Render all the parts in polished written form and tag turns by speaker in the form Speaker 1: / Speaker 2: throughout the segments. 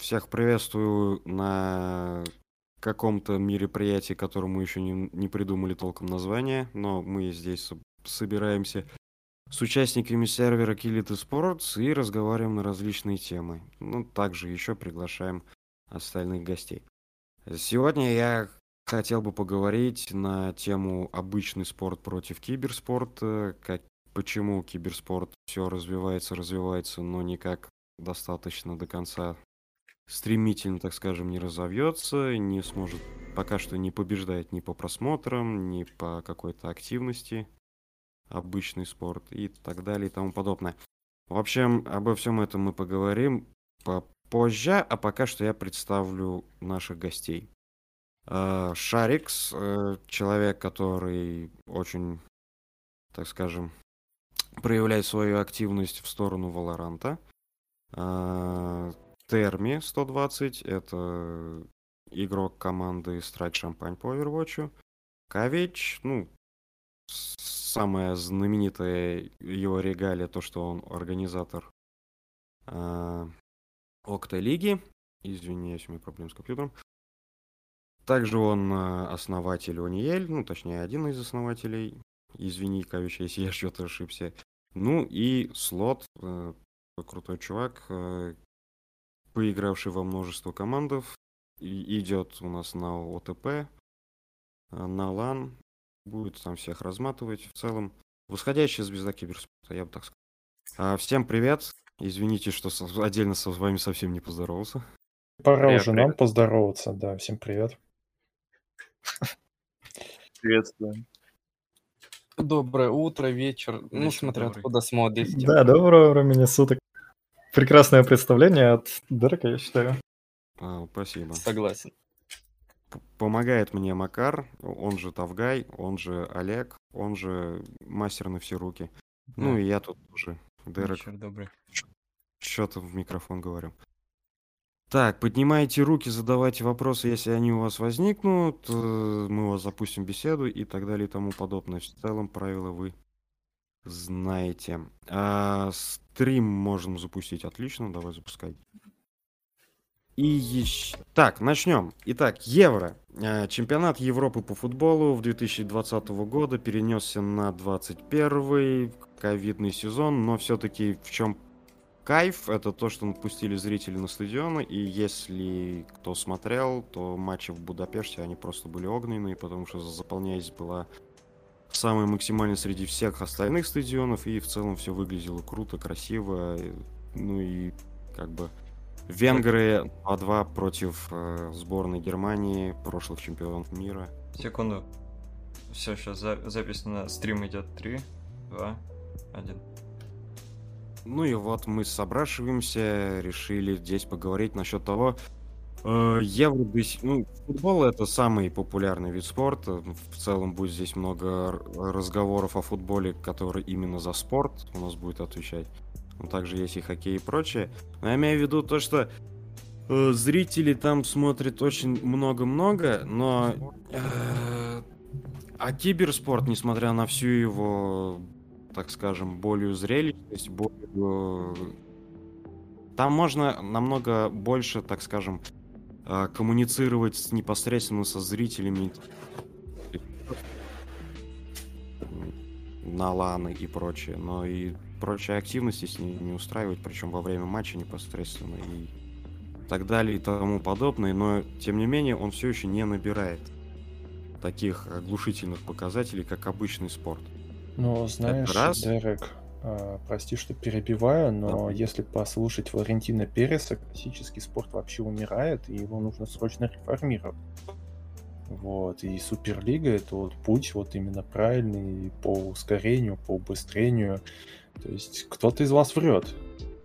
Speaker 1: Всех приветствую на каком-то мероприятии, которому еще не придумали толком название, но мы здесь собираемся с участниками сервера Kill It Sports и разговариваем на различные темы. Ну, также еще приглашаем остальных гостей. Сегодня я хотел бы поговорить на тему обычный спорт против киберспорта, почему киберспорт все развивается, но никак достаточно до конца стремительно, так скажем, не разовьется, не сможет, пока что не побеждает ни по просмотрам, ни по какой-то активности, обычный спорт и так далее и тому подобное. В общем, обо всем этом мы поговорим попозже, а пока что я представлю наших гостей. Шарикс, человек, который очень, так скажем, проявляет свою активность в сторону Валоранта. Терми 120, это игрок команды Strike Champagne по Overwatch. Кавич, самая знаменитая его регалия, то, что он организатор Окта-лиги. Извиняюсь, у меня проблемы с компьютером. Также он основатель Ониель, точнее, один из основателей. Извини, Кавич, если я что-то ошибся. Ну и Слот, крутой чувак, поигравший во множество командов, идет у нас на ОТП, на лан, будет там всех разматывать. В целом, восходящая звезда киберспорта, я бы так сказал. Всем привет. Извините, что отдельно с вами совсем не поздоровался.
Speaker 2: Пора уже нам поздороваться, да, всем привет.
Speaker 3: Приветствуем.
Speaker 4: Доброе утро, вечер, смотря откуда смотрите.
Speaker 2: Да, доброго времени суток. Прекрасное представление от Дерека, я считаю.
Speaker 1: Спасибо.
Speaker 4: Согласен.
Speaker 1: Помогает мне Макар, он же Тавгай, он же Олег, он же мастер на все руки. Да. Ну и я тут уже, Дерек.
Speaker 3: Вечер добрый.
Speaker 1: Что-то в микрофон говорю. Так, поднимайте руки, задавайте вопросы, если они у вас возникнут. Мы у вас запустим беседу и так далее и тому подобное. В целом правила вы знаете. Стрим можем запустить. Отлично, давай запускай. И еще... Так, начнем. Итак, Евро. Чемпионат Европы по футболу в 2020 года перенесся на 2021 ковидный сезон, но все-таки в чем кайф, это то, что пустили зрители на стадионы, и если кто смотрел, то матчи в Будапеште, они просто были огненные, потому что заполняемость была самая максимальная среди всех остальных стадионов, и в целом все выглядело круто, красиво, ну и как бы венгры 2-2 против сборной Германии, прошлых чемпионов мира.
Speaker 3: Секунду. Все, сейчас запись на стрим идет. 3, 2, 1.
Speaker 1: Ну и вот мы собрашиваемся, решили здесь поговорить насчет того, футбол это самый популярный вид спорта. В целом будет здесь много разговоров о футболе, который именно за спорт у нас будет отвечать. Но также есть и хоккей и прочее. Но я имею в виду то, что зрители там смотрят очень много-много, но а киберспорт, несмотря на всю его, так скажем, более зрелищность, там можно намного больше, так скажем, коммуницировать непосредственно со зрителями на ланы и прочее, но и прочие активности с ними не устраивать, причем во время матча непосредственно и так далее и тому подобное, но тем не менее он все еще не набирает таких оглушительных показателей, как обычный спорт.
Speaker 2: Ну, знаешь, Дерек, прости, что перебиваю, но если послушать Валентина Переса, классический спорт вообще умирает, и его нужно срочно реформировать. Вот, и Суперлига — это вот путь вот именно правильный по ускорению, по убыстрению. То есть кто-то из вас врет.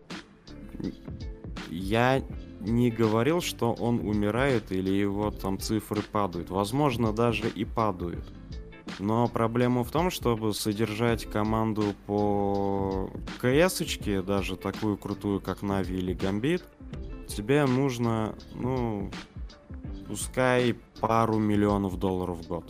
Speaker 1: Я не говорил, что он умирает или его там цифры падают. Возможно, даже и падают. Но проблема в том, чтобы содержать команду по КС-очке, даже такую крутую, как Нави или Гамбит, тебе нужно, пускай пару миллионов долларов в год.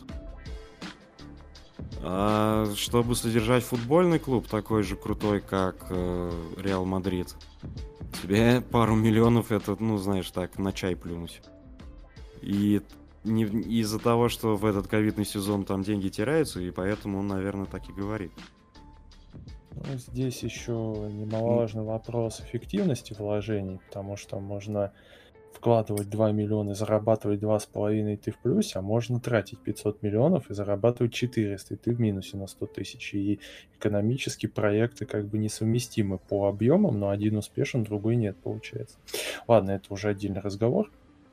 Speaker 1: А чтобы содержать футбольный клуб, такой же крутой, как Реал Мадрид, тебе пару миллионов это, ну, знаешь, так, на чай плюнуть. И не, из-за того, что в этот ковидный сезон там деньги теряются, и поэтому он, наверное, так и говорит.
Speaker 2: Ну, здесь еще немаловажный вопрос эффективности вложений, потому что можно вкладывать 2 миллиона и зарабатывать 2,5, и ты в плюсе, а можно тратить 500 миллионов и зарабатывать 400, и ты в минусе на 100 тысяч. И экономически проекты как бы несовместимы по объемам, но один успешен, другой нет, получается. Ладно, это уже отдельный разговор.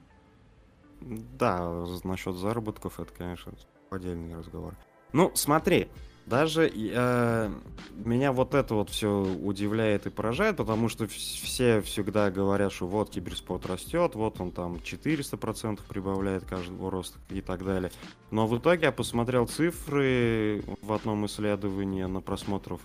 Speaker 1: Да, насчет заработков это, конечно, отдельный разговор. Ну, смотри, даже меня вот это вот все удивляет и поражает, потому что все всегда говорят, что вот киберспорт растет, вот он там 400% прибавляет каждого роста и так далее. Но в итоге я посмотрел цифры в одном исследовании на просмотров.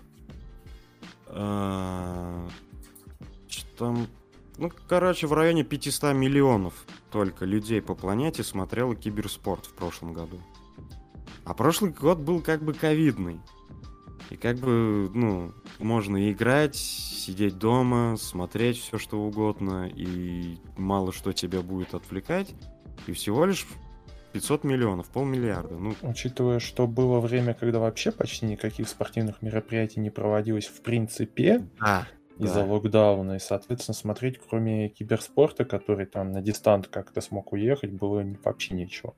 Speaker 1: Что там... Ну, короче, в районе 500 миллионов только людей по планете смотрело киберспорт в прошлом году. А прошлый год был как бы ковидный. И как бы, ну, можно играть, сидеть дома, смотреть все что угодно, и мало что тебя будет отвлекать. И всего лишь 500 миллионов, полмиллиарда. Ну,
Speaker 2: учитывая, что было время, когда вообще почти никаких спортивных мероприятий не проводилось в принципе, из-за локдауна, и, соответственно, смотреть, кроме киберспорта, который там на дистант как-то смог уехать, было вообще ничего.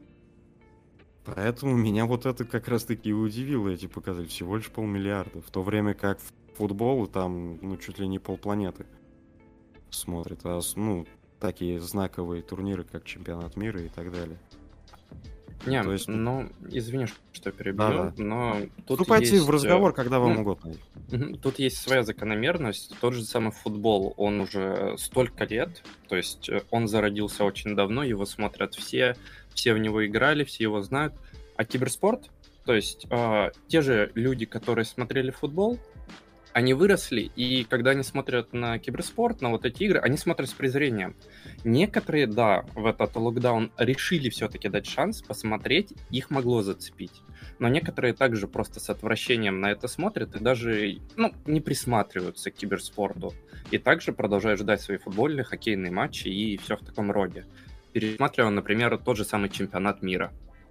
Speaker 1: Поэтому меня вот это как раз-таки и удивило, эти показатели. Всего лишь полмиллиарда. В то время как футбол там, ну, чуть ли не полпланеты смотрят. А, ну, такие знаковые турниры, как чемпионат мира и так далее.
Speaker 4: Не, то есть... ну, извини, что перебью, но тут
Speaker 1: вступайте в разговор, когда вам угодно.
Speaker 4: Тут есть своя закономерность. Тот же самый футбол, он уже столько лет, то есть он зародился очень давно, его смотрят все в него играли, все его знают. А киберспорт, то есть те же люди, которые смотрели футбол, они выросли, и когда они смотрят на киберспорт, на вот эти игры, они смотрят с презрением. Некоторые, да, в этот локдаун решили все-таки дать шанс посмотреть, их могло зацепить. Но некоторые также просто с отвращением на это смотрят и даже, ну, не присматриваются к киберспорту. И также продолжают ждать свои футбольные, хоккейные матчи и все в таком роде. Пересматривая, например, тот же самый чемпионат мира.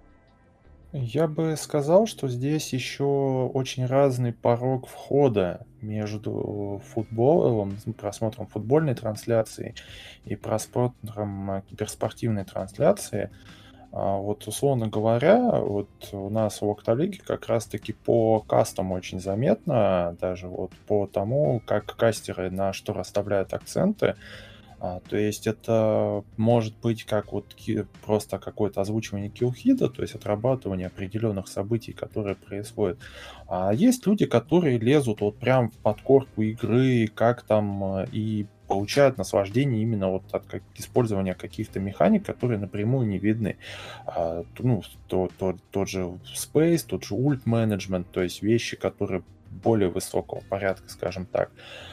Speaker 2: Я бы сказал, что здесь еще очень разный порог входа между футболом, просмотром футбольной трансляции и просмотром киберспортивной трансляции. Вот, условно говоря, вот у нас в Октолиге как раз-таки по кастам очень заметно, даже вот по тому, как кастеры на что расставляют акценты. То есть это может быть как вот просто какое-то озвучивание киллхида, то есть отрабатывание определенных событий, которые происходят. А есть люди, которые лезут вот прям в подкорку игры, как там, и получают наслаждение именно вот от использования каких-то механик, которые напрямую не видны. Ну, тот же Space, тот же Ult Management, то есть вещи, которые более высокого порядка, скажем так.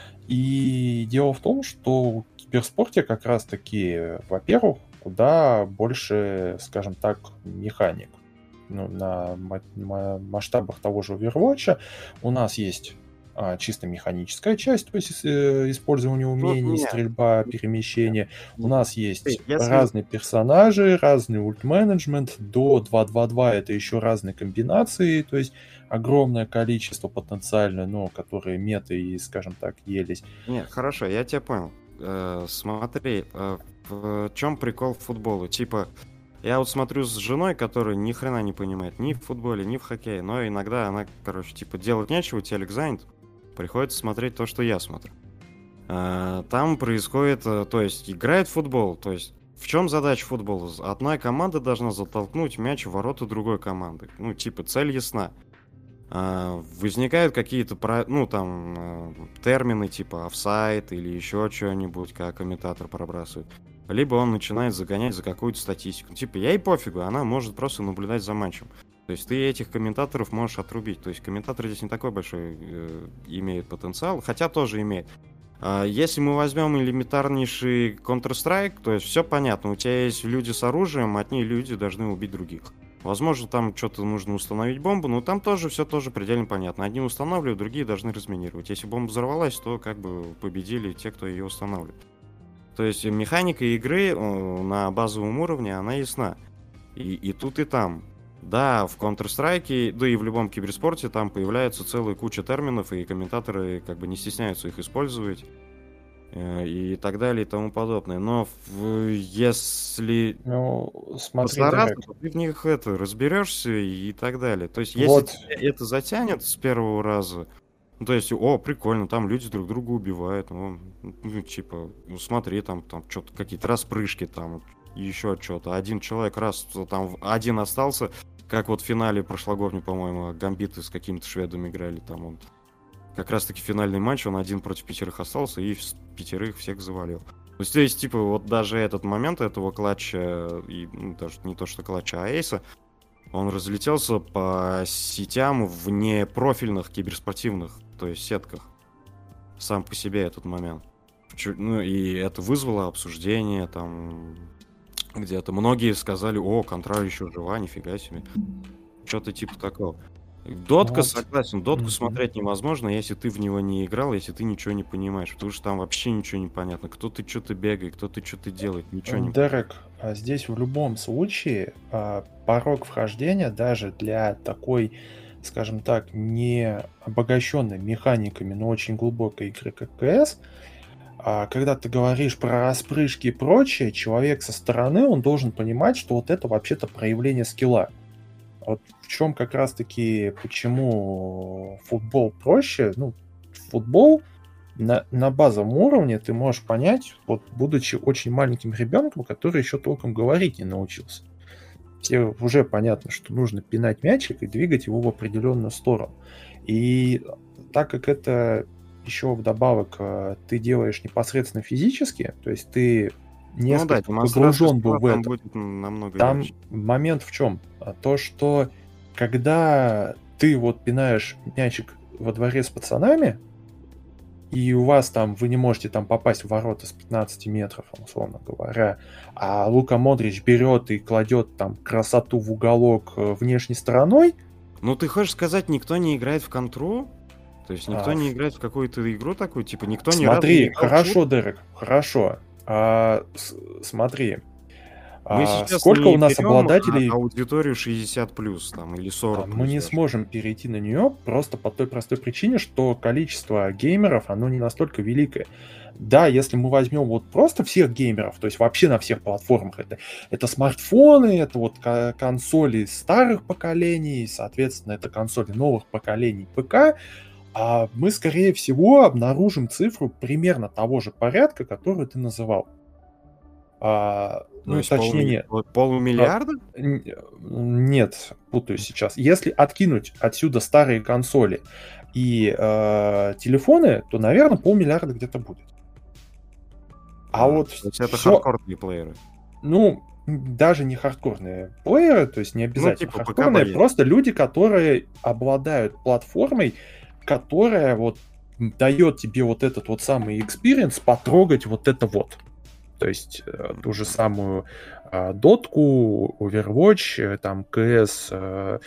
Speaker 2: И дело в том, что в киберспорте как раз-таки, во-первых, куда больше, скажем так, механик. Ну, на масштабах того же Overwatch у нас есть чисто механическая часть, то есть использование умений, стрельба, перемещение. У нас есть разные персонажи, разный ульт-менеджмент. До 2.2.2 это еще разные комбинации, то есть огромное количество потенциально, но которые меты и, скажем так, елись.
Speaker 1: Нет, хорошо, я тебя понял. Смотри, в чем прикол футбола? Типа, я вот смотрю с женой, которая ни хрена не понимает ни в футболе, ни в хоккее, но иногда она, короче, типа, делать нечего, телек занят, приходится смотреть то, что я смотрю. Там происходит, то есть, играет футбол, то есть, в чем задача футбола? Одна команда должна затолкнуть мяч в ворота другой команды. Ну, типа, цель ясна. Возникают какие-то, ну, там, термины типа офсайд или еще что-нибудь, как комментатор пробрасывает. Либо он начинает загонять за какую-то статистику. Типа, ей пофигу, она может просто наблюдать за матчем. То есть ты этих комментаторов можешь отрубить. То есть комментаторы здесь не такой большой имеют потенциал, хотя тоже имеют. Если мы возьмем элементарнейший Counter-Strike, то есть все понятно. У тебя есть люди с оружием, одни люди должны убить других. Возможно, там что-то нужно установить бомбу, но там тоже все тоже предельно понятно. Одни устанавливают, другие должны разминировать. Если бомба взорвалась, то как бы победили те, кто ее устанавливает. То есть механика игры на базовом уровне, она ясна. И тут, и там. Да, в Counter-Strike, да и в любом киберспорте там появляется целая куча терминов, и комментаторы как бы не стесняются их использовать. И так далее, и тому подобное. Но если постараться, то ты в них разберешься и так далее. То есть, если это затянет с первого раза, ну, то есть, прикольно, там люди друг друга убивают. Типа, смотри, там что-то, какие-то распрыжки, там, еще что-то. Один человек там один остался, как вот в финале прошлогодней, по-моему, Гамбиты с какими-то шведами играли, там он как раз-таки финальный матч, он один против 5 остался и 5 всех завалил. То есть, типа, вот даже этот момент этого клатча, и даже не то, что клатча, а эйса, он разлетелся по сетям вне профильных киберспортивных, то есть сетках. Сам по себе этот момент. Ну, и это вызвало обсуждение, там, где-то. Многие сказали, Контра еще жива, нифига себе. Что-то типа такого. Дотка, согласен, дотку смотреть невозможно, если ты в него не играл, если ты ничего не понимаешь, потому что там вообще ничего не понятно. Кто ты что-то бегает, кто ты что-то делает, ничего не понятно.
Speaker 2: Дерек, здесь в любом случае порог вхождения даже для такой, скажем так, не обогащенной механиками, но очень глубокой игры, как КС, когда ты говоришь про распрыжки и прочее, человек со стороны, он должен понимать, что вот это вообще-то проявление скилла. Вот в чем как раз-таки, почему футбол проще. Ну, футбол на базовом уровне ты можешь понять, вот будучи очень маленьким ребенком, который еще толком говорить не научился. Все уже понятно, что нужно пинать мячик и двигать его в определенную сторону. И так как это еще вдобавок ты делаешь непосредственно физически, то есть ты несколько погружен был в это. Там момент в чем? То, что когда ты вот пинаешь мячик во дворе с пацанами, и у вас там, вы не можете там попасть в ворота с 15 метров, условно говоря, а Лука Модрич берет и кладет там красоту в уголок внешней стороной.
Speaker 1: Ну, ты хочешь сказать, никто не играет в контру? То есть никто не играет в какую-то игру такую? Типа никто не...
Speaker 2: Смотри, хорошо, Дерек, хорошо. Смотри, сколько у нас обладателей...
Speaker 1: Аудиторию 60+, там, или 40+.
Speaker 2: Мы не сможем перейти на нее просто по той простой причине, что количество геймеров, оно не настолько великое. Да, если мы возьмем вот просто всех геймеров, то есть вообще на всех платформах, это смартфоны, это вот консоли старых поколений, соответственно, это консоли новых поколений ПК, мы, скорее всего, обнаружим цифру примерно того же порядка, которую ты называл.
Speaker 1: Точнее, нет. Полумиллиарда?
Speaker 2: Нет, путаю сейчас. Если откинуть отсюда старые консоли и телефоны, то, наверное, 500 миллиарда где-то будет. Вот
Speaker 1: это хардкорные плееры.
Speaker 2: Ну, даже не хардкорные плееры, то есть не обязательно хардкорные, просто люди, которые обладают платформой, которая вот дает тебе вот этот вот самый experience потрогать вот это вот. То есть ту же самую дотку, Overwatch, там CS,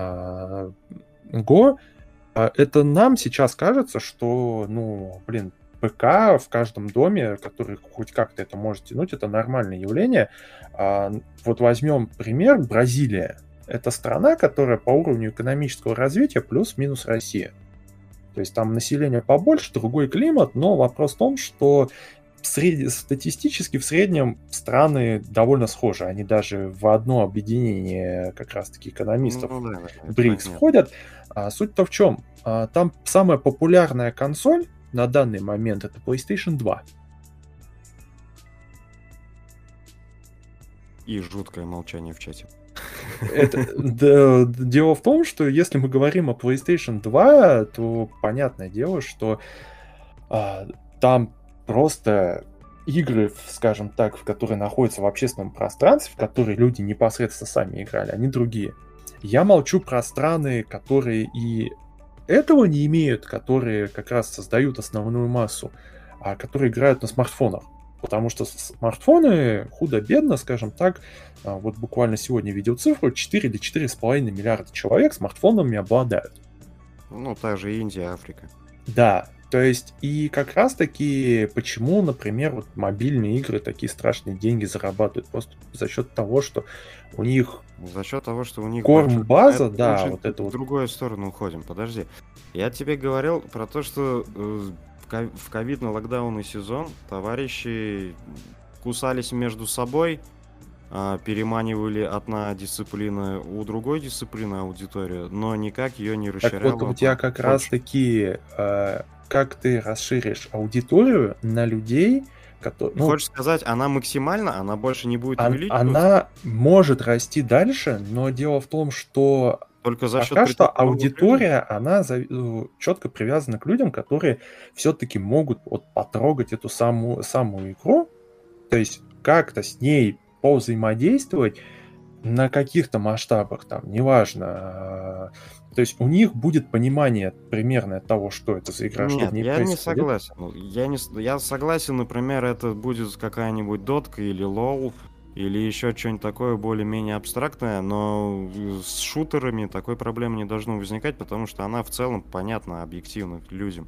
Speaker 2: Go. Это нам сейчас кажется, что, ПК в каждом доме, который хоть как-то это может тянуть, это нормальное явление. Вот возьмем пример Бразилия. Это страна, которая по уровню экономического развития плюс-минус Россия. То есть там население побольше, другой климат, но вопрос в том, что статистически в среднем страны довольно схожи. Они даже в одно объединение как раз-таки экономистов БРИКС входят. Суть-то в чем? Там самая популярная консоль на данный момент это PlayStation 2.
Speaker 1: И жуткое молчание в чате.
Speaker 2: Дело в том, что если мы говорим о PlayStation 2, то понятное дело, что там просто игры, скажем так, которые находятся в общественном пространстве, в которые люди непосредственно сами играли, они другие. Я молчу про страны, которые и этого не имеют, которые как раз создают основную массу, а которые играют на смартфонах. Потому что смартфоны худо-бедно, скажем так, вот буквально сегодня видел цифру, 4 или 4,5 миллиарда человек смартфонами обладают.
Speaker 1: Ну, та же Индия, Африка.
Speaker 2: Да, то есть и как раз-таки почему, например, вот мобильные игры такие страшные деньги зарабатывают? Просто за счет того, что у них...
Speaker 1: За счет того, что у них...
Speaker 2: Корм-база, да, вот это
Speaker 1: в
Speaker 2: вот...
Speaker 1: В другую сторону уходим, подожди. Я тебе говорил про то, что в ковидный локдаунный сезон товарищи кусались между собой, переманивали одна дисциплина у другой дисциплины аудиторию, но никак ее не расширяло.
Speaker 2: Так вот у тебя как раз-таки, как ты расширишь аудиторию на людей, которые...
Speaker 1: Ну, хочешь сказать, она максимально, она больше не будет увеличиваться?
Speaker 2: Она может расти дальше, но дело в том, что
Speaker 1: только за счет
Speaker 2: пока что аудитория, она четко привязана к людям, которые все-таки могут вот потрогать эту самую игру, то есть как-то с ней повзаимодействовать на каких-то масштабах, там, неважно. То есть у них будет понимание примерно того, что это за игра, что в ней происходит.
Speaker 1: Не согласен. Я согласен, например, это будет какая-нибудь дотка или лол, или еще что-нибудь такое более-менее абстрактное, но с шутерами такой проблемы не должно возникать, потому что она в целом понятна объективно людям.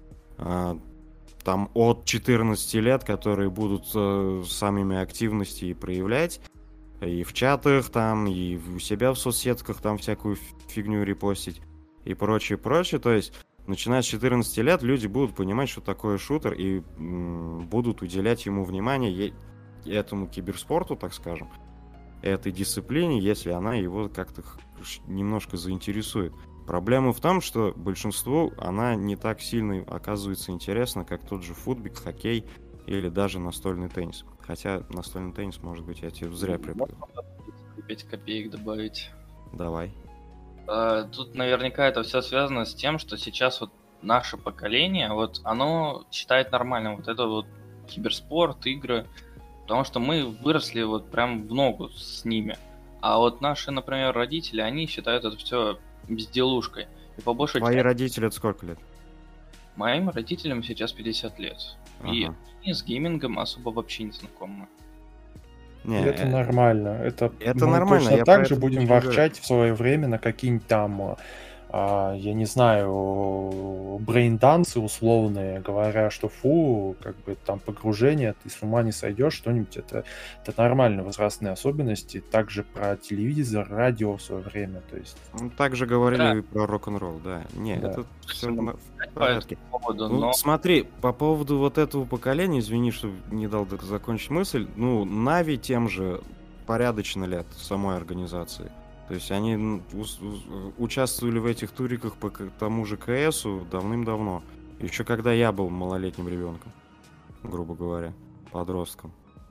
Speaker 1: Там от 14 лет, которые будут самими активности проявлять, и в чатах там, и у себя в соцсетках там всякую фигню репостить, и прочее. То есть, начиная с 14 лет, люди будут понимать, что такое шутер, и будут уделять ему внимание, этому киберспорту, так скажем, этой дисциплине, если она его как-то немножко заинтересует. Проблема в том, что большинству она не так сильно оказывается интересна, как тот же футбик, хоккей или даже настольный теннис. Хотя настольный теннис, может быть, я тебе зря припомню.
Speaker 5: 5 копеек добавить.
Speaker 1: Давай.
Speaker 5: Тут наверняка это все связано с тем, что сейчас вот наше поколение, вот оно считает нормальным вот это вот киберспорт, игры, потому что мы выросли вот прям в ногу с ними. А вот наши, например, родители, они считают это все безделушкой. И по большей
Speaker 1: Твои родители это сколько лет?
Speaker 5: Моим родителям сейчас 50 лет. Ага. И они с геймингом особо вообще не знакомы.
Speaker 2: Это нормально. Это
Speaker 1: нормально.
Speaker 2: Точно так же будем ворчать в свое время на какие-нибудь там, я не знаю, брейндансы условные, говоря, что фу, как бы там погружение, ты с ума не сойдешь, что-нибудь. Это нормальные возрастные особенности. Также про телевизор, радио в свое время. То есть...
Speaker 1: Также говорили и про рок-н-ролл, да. Это все в порядке. Смотри, по поводу вот этого поколения, извини, что не дал закончить мысль, Нави тем же порядочно лет самой организации. То есть они участвовали в этих туриках по тому же КСу давным-давно. Еще когда я был малолетним ребенком, грубо говоря, подростком.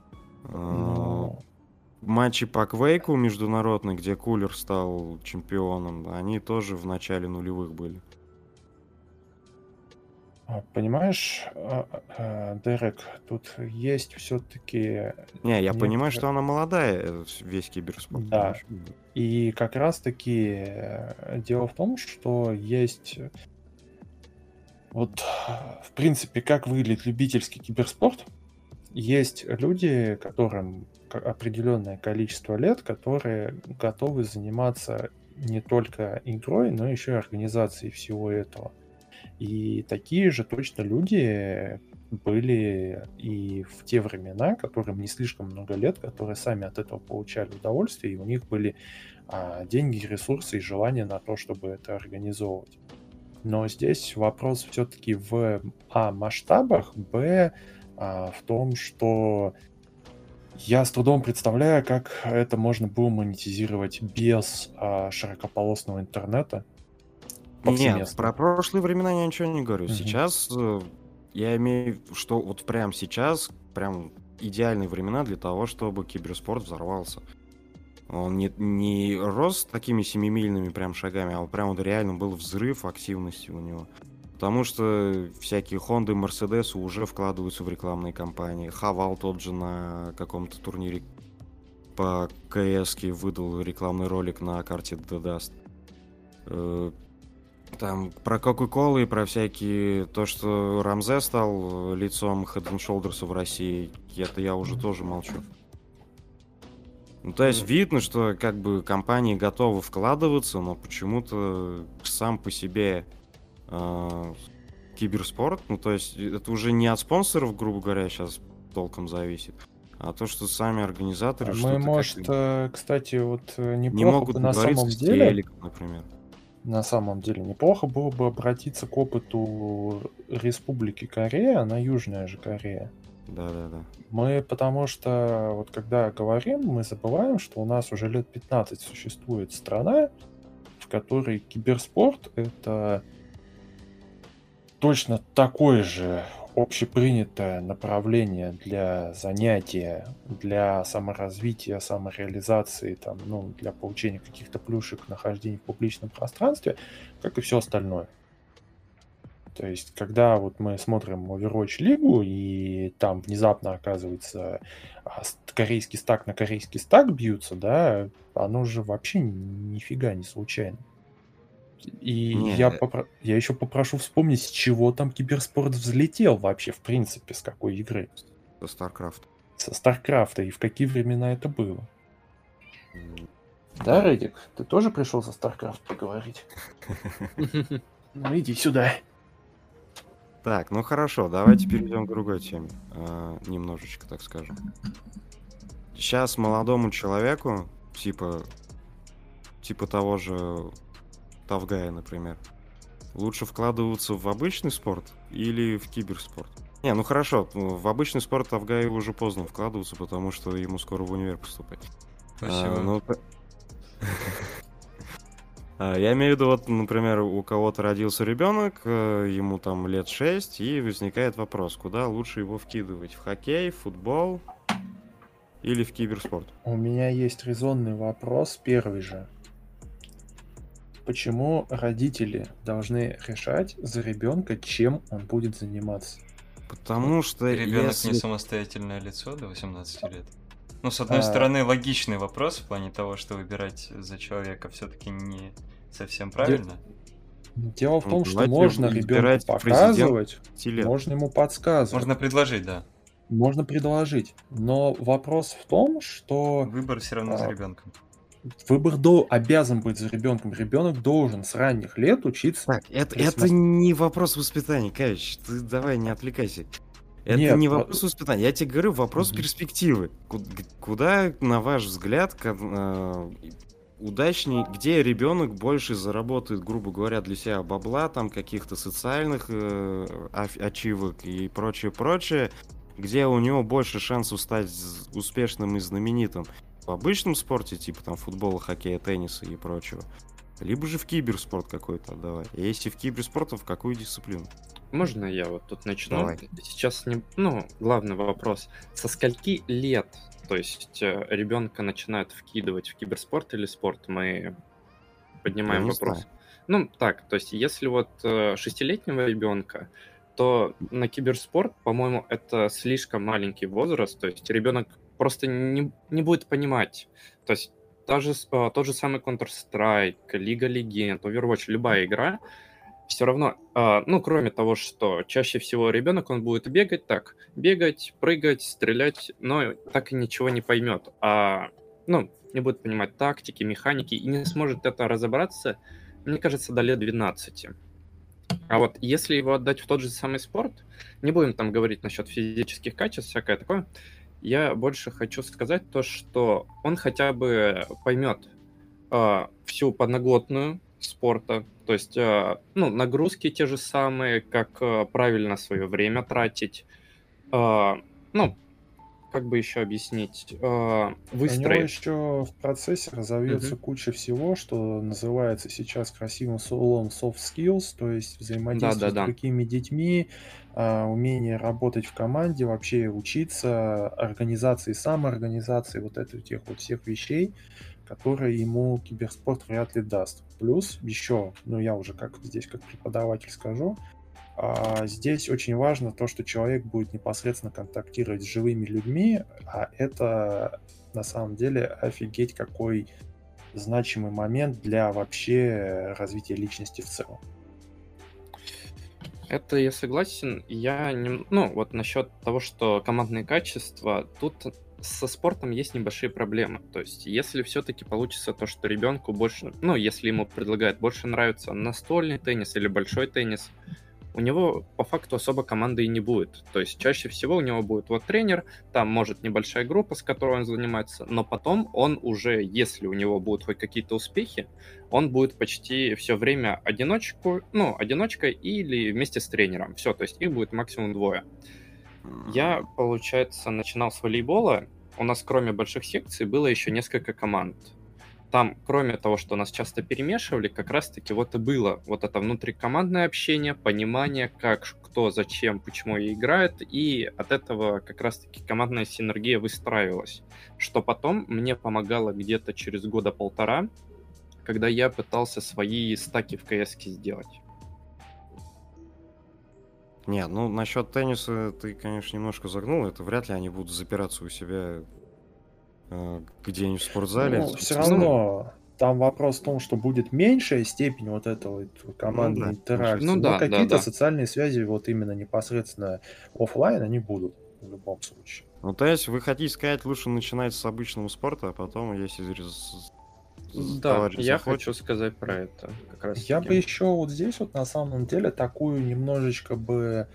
Speaker 1: Матчи по Квейку международные, где Кулер стал чемпионом, они тоже в начале нулевых были.
Speaker 2: Понимаешь, Дерек, тут есть все-таки...
Speaker 1: Я понимаю, что она молодая, весь киберспорт.
Speaker 2: Да, и как раз-таки дело в том, что есть... Вот, в принципе, как выглядит любительский киберспорт, есть люди, которым определенное количество лет, которые готовы заниматься не только игрой, но еще и организацией всего этого. И такие же точно люди были и в те времена, которым не слишком много лет, которые сами от этого получали удовольствие, и у них были деньги, ресурсы и желание на то, чтобы это организовывать. Но здесь вопрос все-таки в масштабах, в том, что я с трудом представляю, как это можно было монетизировать без широкополосного интернета.
Speaker 1: Нет, про прошлые времена я ничего не говорю. Сейчас я имею, что вот прямо сейчас прям идеальные времена для того, чтобы киберспорт взорвался. Он не рос такими семимильными прям шагами, а прям вот реально был взрыв активности у него. Потому что всякие Хонды, Мерседесы уже вкладываются в рекламные кампании. Хавал тот же на каком-то турнире по КС-ке выдал рекламный ролик на карте The Dust. Там про Кока-Колу и про всякие... То, что Рамзе стал лицом Head and Shoulders в России, это я уже тоже молчу. Ну, то есть видно, что как бы компании готовы вкладываться, но почему-то сам по себе киберспорт, ну, то есть это уже не от спонсоров, грубо говоря, сейчас толком зависит, а то, что сами организаторы
Speaker 2: Мы,
Speaker 1: что-то
Speaker 2: может,
Speaker 1: как-то
Speaker 2: кстати, вот
Speaker 1: не
Speaker 2: неплохо
Speaker 1: могут
Speaker 2: бы на
Speaker 1: договориться
Speaker 2: самом
Speaker 1: с
Speaker 2: деле,
Speaker 1: телеком, например.
Speaker 2: на самом деле, неплохо было бы обратиться к опыту Республики Корея, она Южная же Корея.
Speaker 1: Да-да-да.
Speaker 2: Мы, потому что, вот когда говорим, мы забываем, что у нас уже лет 15 существует страна, в которой киберспорт — это точно такое же общепринятое направление для занятия, для саморазвития, самореализации, там, ну, для получения каких-то плюшек, нахождения в публичном пространстве, как и все остальное. То есть, когда вот мы смотрим Overwatch Лигу, и там внезапно оказывается корейский стак на корейский стак бьются, да, оно же вообще нифига не случайно. И
Speaker 1: Не,
Speaker 2: я еще попрошу вспомнить, с чего там киберспорт взлетел вообще, в принципе, с какой игры.
Speaker 1: со StarCraft.
Speaker 2: Со Старкрафта, и в какие времена это было. Да, Редик? Ты тоже пришел со Старкрафт поговорить? Ну иди сюда.
Speaker 1: Так, ну хорошо, давайте перейдем к другой теме. Немножечко, так скажем. Сейчас молодому человеку, типа того же Тавгая, например, лучше вкладываться в обычный спорт или в киберспорт? Не, ну хорошо, в обычный спорт Тавгаю уже поздно вкладываться, потому что ему скоро в универ поступать.
Speaker 3: Спасибо.
Speaker 1: Я имею в виду, вот, например, у кого-то родился ребенок, ему там лет 6, и возникает вопрос, куда лучше его вкидывать? В хоккей, в футбол или в киберспорт?
Speaker 2: У меня есть резонный вопрос, первый же. Почему родители должны решать за ребенка, чем он будет заниматься?
Speaker 1: Потому что
Speaker 3: Ребенок
Speaker 1: если...
Speaker 3: не самостоятельное лицо до 18 лет. Ну, с одной стороны, логичный вопрос в плане того, что выбирать за человека все-таки не совсем правильно.
Speaker 2: Дело в том, что
Speaker 1: Давайте
Speaker 2: можно ребенку
Speaker 1: избирать
Speaker 2: показывать,
Speaker 1: президента.
Speaker 2: можно ему подсказывать,
Speaker 3: Можно предложить, да.
Speaker 2: можно предложить. Но вопрос в том, что
Speaker 3: Выбор все равно за ребенком.
Speaker 2: выбор обязан быть за ребенком. Ребенок должен с ранних лет учиться.
Speaker 1: Так, это не вопрос воспитания, Кавич, ты давай не отвлекайся. Это
Speaker 2: Нет,
Speaker 1: не вопрос воспитания, я тебе говорю вопрос перспективы. Куда, на ваш взгляд, удачней, где ребенок больше заработает, грубо говоря, для себя бабла, там каких-то социальных ачивок и прочее, где у него больше шансов стать успешным и знаменитым? В обычном спорте, типа там футбола, хоккея, тенниса и прочего, либо же в киберспорт какой-то отдавать. А если в киберспорт, то в какую дисциплину?
Speaker 4: Можно я вот тут начну?
Speaker 1: Давай.
Speaker 4: Сейчас, главный вопрос. Со скольки лет, то есть ребенка начинают вкидывать в киберспорт или спорт? Мы поднимаем вопрос. Ну, так, то есть если вот 6-летнего ребенка, то на киберспорт, по-моему, это слишком маленький возраст, то есть ребенок просто не будет понимать. То есть тот же самый Counter-Strike, Лига Легенд, Overwatch, любая игра, все равно, кроме того, что чаще всего ребенок, он будет бегать, прыгать, стрелять, но так и ничего не поймет, не будет понимать тактики, механики и не сможет это разобраться, мне кажется, до лет 12. А вот если его отдать в тот же самый спорт, не будем там говорить насчет физических качеств, всякое такое, я больше хочу сказать то, что он хотя бы поймет всю подноготную спорта, то есть нагрузки те же самые, как правильно свое время тратить, как бы еще объяснить, выстроить.
Speaker 2: У него еще в процессе разовьется куча всего, что называется сейчас красивым словом soft skills, то есть взаимодействие с другими детьми, умение работать в команде, вообще учиться, организации, самоорганизации, вот этих вот всех вещей, которые ему киберспорт вряд ли даст. Плюс еще, я уже как преподаватель скажу, здесь очень важно то, что человек будет непосредственно контактировать с живыми людьми, а это на самом деле офигеть какой значимый момент для вообще развития личности в целом.
Speaker 4: Это я согласен. Ну, вот насчет того, что командные качества, тут со спортом есть небольшие проблемы. То есть, если все-таки получится то, что ребенку больше, ну, если ему предлагают больше нравится настольный теннис или большой теннис, у него по факту особо команды и не будет. То есть чаще всего у него будет вот тренер, там может небольшая группа, с которой он занимается, но потом он уже, если у него будут хоть какие-то успехи, он будет почти все время одиночкой или вместе с тренером. Все, то есть их будет максимум 2. Я, получается, начинал с волейбола. У нас кроме больших секций было еще несколько команд. Там, кроме того, что нас часто перемешивали, как раз-таки вот и было вот это внутрикомандное общение, понимание, как, кто, зачем, почему и играет, и от этого как раз-таки командная синергия выстраивалась, что потом мне помогало где-то через 1-1.5, когда я пытался свои стаки в КС-ке сделать.
Speaker 1: Не, ну насчет тенниса ты, конечно, немножко загнул, это вряд ли они будут запираться у себя где-нибудь в спортзале.
Speaker 2: Ну, все равно там вопрос в том, что будет меньшая степень вот этого командной интеракции, но какие-то социальные связи вот именно непосредственно офлайн они будут в любом случае.
Speaker 1: Ну, то есть вы хотите сказать, лучше начинать с обычного спорта, а потом, если
Speaker 4: да, я хочу сказать про это. Как раз
Speaker 2: я бы еще вот здесь вот на самом деле такую немножечко бы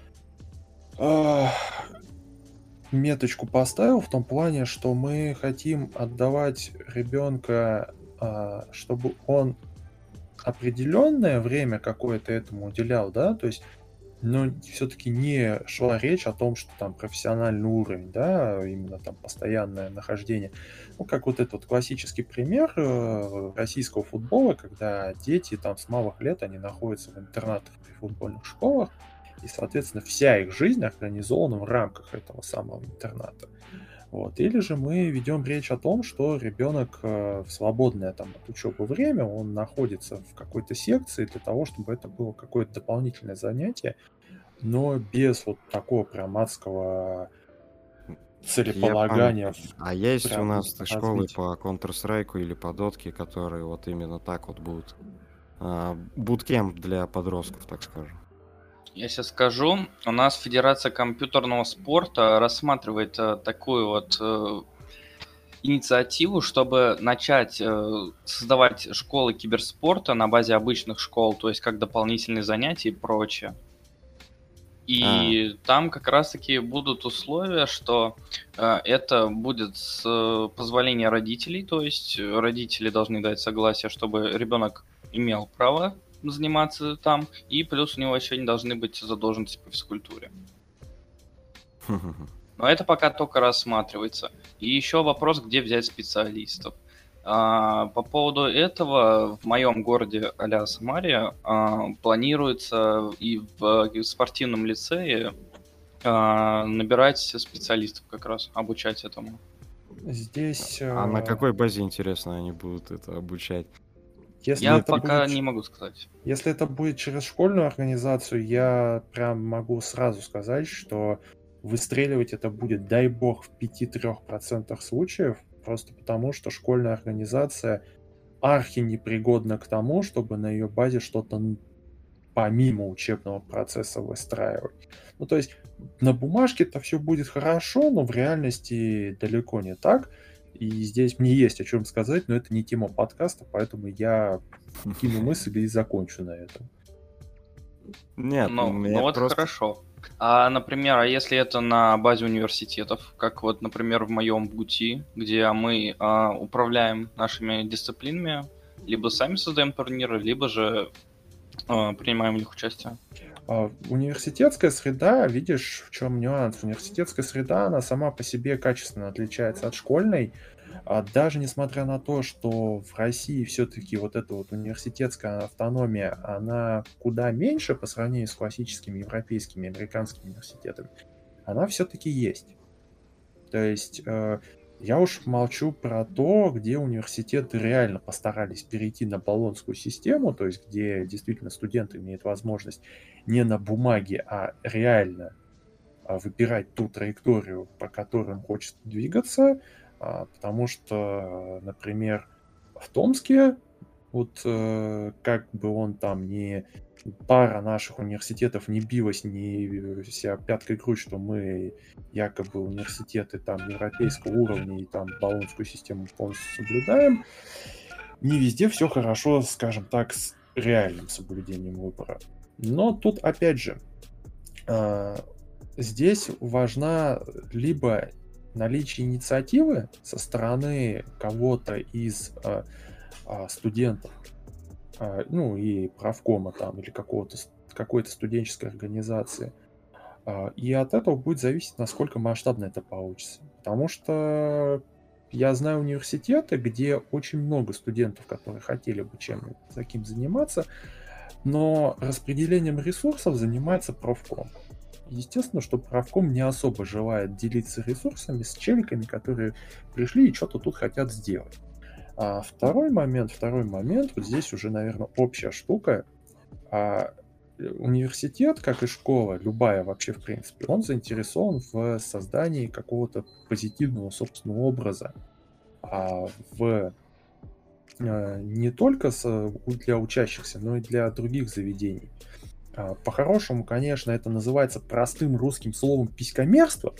Speaker 2: меточку поставил в том плане, что мы хотим отдавать ребенка, чтобы он определенное время какое-то этому уделял, да, то есть, но все-таки не шла речь о том, что там профессиональный уровень, да, именно там постоянное нахождение. Ну, как вот этот вот классический пример российского футбола, когда дети там с малых лет, они находятся в интернатах и футбольных школах, и, соответственно, вся их жизнь организована в рамках этого самого интерната. Вот. Или же мы ведем речь о том, что ребенок в свободное там, от учебы время, он находится в какой-то секции для того, чтобы это было какое-то дополнительное занятие, но без вот такого прям адского целеполагания.
Speaker 1: А есть у нас школы по Counter-Strike или по Дотке, которые вот именно так вот будут. Буткемп для подростков, так скажем.
Speaker 5: Я сейчас скажу, у нас Федерация компьютерного спорта рассматривает такую вот инициативу, чтобы начать создавать школы киберспорта на базе обычных школ, то есть как дополнительные занятия и прочее. И там как раз-таки будут условия, что это будет с позволения родителей, то есть родители должны дать согласие, чтобы ребенок имел право заниматься там, и плюс у него еще не должны быть задолженности по физкультуре. Но это пока только рассматривается. И еще вопрос, где взять специалистов. По поводу этого в моем городе а-ля Самаре планируется и в спортивном лицее набирать специалистов как раз, обучать этому.
Speaker 2: Здесь...
Speaker 1: А на какой базе, интересно, они будут это обучать?
Speaker 2: Если
Speaker 5: я пока не могу сказать.
Speaker 2: Если это будет через школьную организацию, я прям могу сразу сказать, что выстреливать это будет, дай бог, в 5-3% случаев, просто потому что школьная организация архи непригодна к тому, чтобы на ее базе что-то помимо учебного процесса выстраивать. Ну, то есть на бумажке это все будет хорошо, но в реальности далеко не так. И здесь мне есть о чем сказать, но это не тема подкаста, поэтому я кину мысль и закончу на этом.
Speaker 5: Нет, ну вот просто... хорошо. А, например, если это на базе университетов, как вот, например, в моем ГУТИ, где мы управляем нашими дисциплинами, либо сами создаем турниры, либо же принимаем в них участие.
Speaker 2: Университетская среда, видишь, в чем нюанс? Университетская среда, она сама по себе качественно отличается от школьной, даже несмотря на то, что в России все-таки вот эта вот университетская автономия, она куда меньше по сравнению с классическими европейскими, американскими университетами, она все-таки есть. То есть я уж молчу про то, где университеты реально постарались перейти на болонскую систему, то есть где действительно студент имеет возможность не на бумаге, а реально выбирать ту траекторию, по которой он хочет двигаться, потому что, например, в Томске, вот как бы он там не пара наших университетов не билась, не себя пяткой грудь, что мы якобы университеты там европейского уровня и там болонскую систему полностью соблюдаем, не везде все хорошо, скажем так, с реальным соблюдением выбора. Но тут, опять же, здесь важна либо наличие инициативы со стороны кого-то из студентов, ну и правкома там, или какой-то студенческой организации. И от этого будет зависеть, насколько масштабно это получится. Потому что я знаю университеты, где очень много студентов, которые хотели бы чем-нибудь таким заниматься, но распределением ресурсов занимается правком. Естественно, что правком не особо желает делиться ресурсами с челиками, которые пришли и что-то тут хотят сделать. А второй момент, вот здесь уже, наверное, общая штука. Университет, как и школа, любая вообще, в принципе, он заинтересован в создании какого-то позитивного собственного образа. Не только для учащихся, но и для других заведений. По-хорошему, конечно, это называется простым русским словом писькомерство,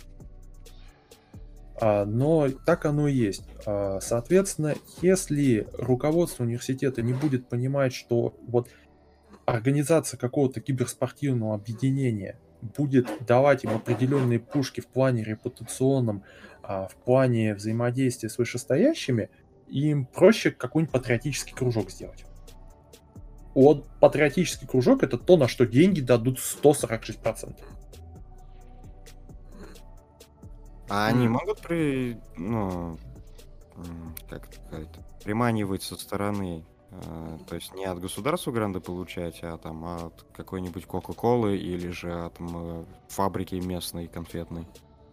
Speaker 2: но так оно и есть. Соответственно, если руководство университета не будет понимать, что вот организация какого-то киберспортивного объединения будет давать им определенные пушки в плане репутационном, в плане взаимодействия с вышестоящими, им проще какой-нибудь патриотический кружок сделать. Вот патриотический кружок — это то, на что деньги дадут 146%.
Speaker 1: А они могут приманивать со стороны, то есть не от государства гранды получать, а там от какой-нибудь Кока-Колы или же от фабрики местной конфетной?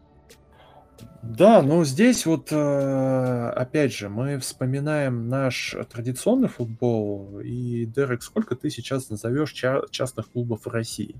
Speaker 2: Да, но здесь вот, опять же, мы вспоминаем наш традиционный футбол, и, Дерек, сколько ты сейчас назовешь частных клубов в России?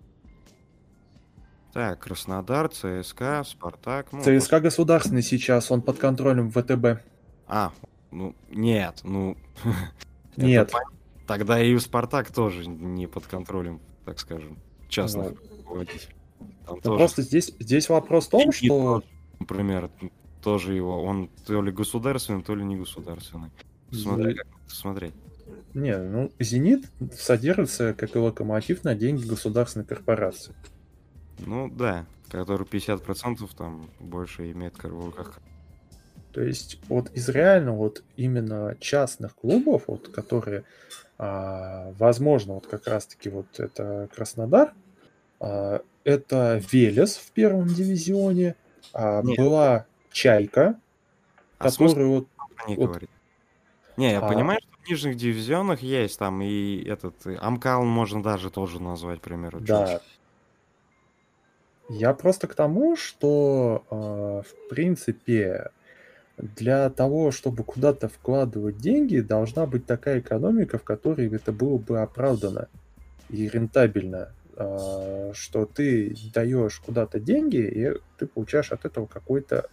Speaker 1: Так, Краснодар, ЦСКА, Спартак.
Speaker 2: ЦСКА государственный сейчас, он под контролем ВТБ.
Speaker 1: Нет.
Speaker 2: Нет.
Speaker 1: Тогда и Спартак тоже не под контролем, так скажем, частных руководителей.
Speaker 2: Просто здесь вопрос в том, что...
Speaker 1: Например, тоже его, он то ли государственный, то ли не государственный. Смотри, как смотреть.
Speaker 2: Не, «Зенит» содержится как и «Локомотив» на деньги государственной корпорации.
Speaker 1: Ну да, который 50% там больше имеет в руках.
Speaker 2: То есть вот из реально вот именно частных клубов, вот, которые, возможно, вот как раз-таки вот это Краснодар, это Велес в первом дивизионе, была Чайка, которая вот...
Speaker 1: Не, я понимаю, что в нижних дивизионах есть там и Амкал можно даже тоже назвать, к примеру.
Speaker 2: Да. Я просто к тому, что, в принципе, для того, чтобы куда-то вкладывать деньги, должна быть такая экономика, в которой это было бы оправдано и рентабельно, что ты даешь куда-то деньги, и ты получаешь от этого какой-то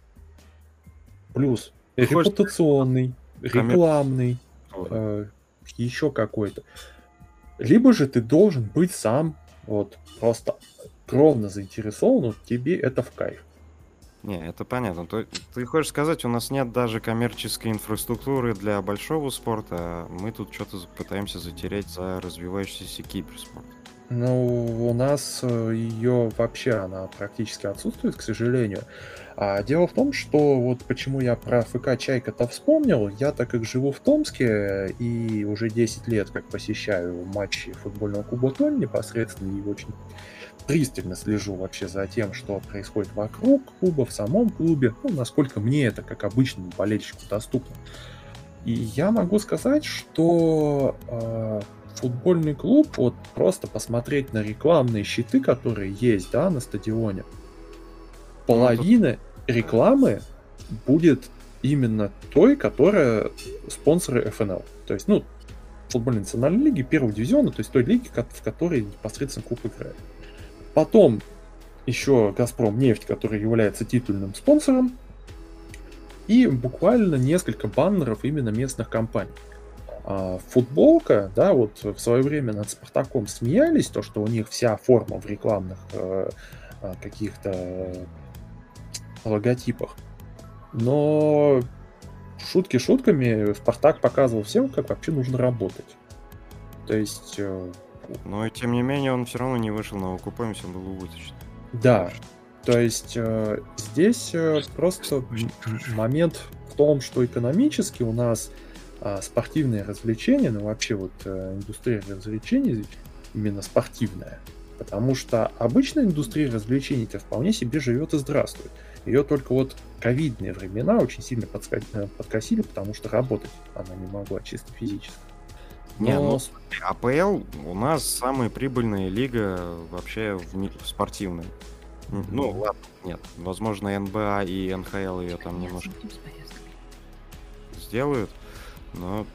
Speaker 2: плюс. Репутационный, рекламный, еще какой-то. Либо же ты должен быть сам вот просто кровно заинтересован, вот тебе это в кайф.
Speaker 1: Не, это понятно. Ты хочешь сказать, у нас нет даже коммерческой инфраструктуры для большого спорта, а мы тут что-то пытаемся затерять за развивающийся киберспорт.
Speaker 2: Ну, у нас ее вообще, она практически отсутствует, к сожалению. А дело в том, что вот почему я про ФК «Чайка»-то вспомнил, я так как живу в Томске и уже 10 лет как посещаю матчи футбольного клуба «Тонь» непосредственно и очень пристально слежу вообще за тем, что происходит вокруг клуба, в самом клубе, ну, насколько мне это, как обычному болельщику, доступно. И я могу сказать, что футбольный клуб, вот просто посмотреть на рекламные щиты, которые есть, да, на стадионе, половина рекламы будет именно той, которая спонсоры ФНЛ. То есть, футбольной национальной лиги, первого дивизиона, то есть той лиги, в которой непосредственно клуб играет. Потом еще «Газпромнефть», который является титульным спонсором, и буквально несколько баннеров именно местных компаний. Футболка, да, вот в свое время над Спартаком смеялись, то, что у них вся форма в рекламных каких-то логотипах. Но шутки шутками, Спартак показывал всем, как вообще нужно работать. То есть...
Speaker 1: Но, тем не менее, он все равно не вышел на окупаемость, он был убыточный.
Speaker 2: Да, то есть здесь просто момент в том, что экономически у нас спортивные развлечения, ну вообще вот индустрия развлечений именно спортивная, потому что обычная индустрия развлечений-то вполне себе живет и здравствует. Ее только вот ковидные времена очень сильно подкосили, потому что работать она не могла чисто физически.
Speaker 1: Не, ну, АПЛ у нас самая прибыльная лига вообще спортивная. Ну, ладно, нет. Возможно, НБА и НХЛ ее там немножко сделают, но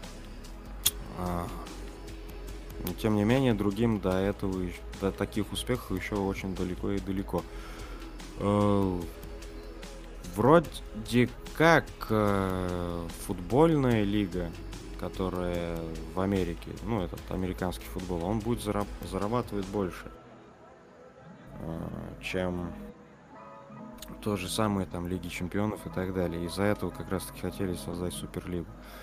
Speaker 1: тем не менее, другим до этого, до таких успехов еще очень далеко и далеко. Вроде как футбольная лига, которая в Америке, ну, этот американский футбол, он будет зарабатывать больше, чем то же самое там Лиги Чемпионов и так далее. Из-за этого как раз-таки хотели создать Суперлигу.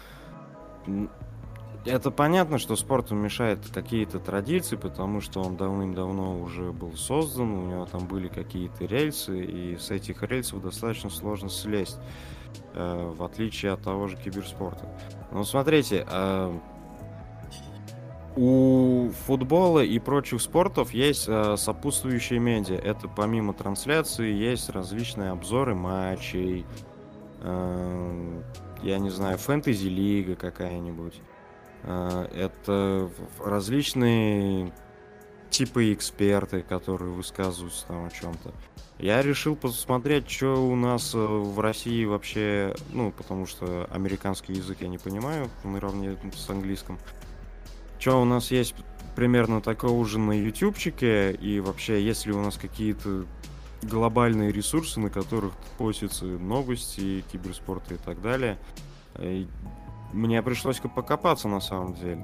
Speaker 1: Это понятно, что спорту мешают какие-то традиции, потому что он давным-давно уже был создан, у него там были какие-то рельсы, и с этих рельсов достаточно сложно слезть, в отличие от того же киберспорта. Но смотрите, у футбола и прочих спортов есть сопутствующие медиа. Это помимо трансляции есть различные обзоры матчей, я не знаю, фэнтези-лига какая-нибудь. Это различные типы эксперты, которые высказываются там о чем-то. Я решил посмотреть, что у нас в России вообще, ну, потому что американский язык я не понимаю наравне с английским. Что у нас есть примерно такого же на ютубчике, и вообще есть ли у нас какие-то глобальные ресурсы, на которых постятся новости, киберспорта и так далее. Мне пришлось покопаться на самом деле.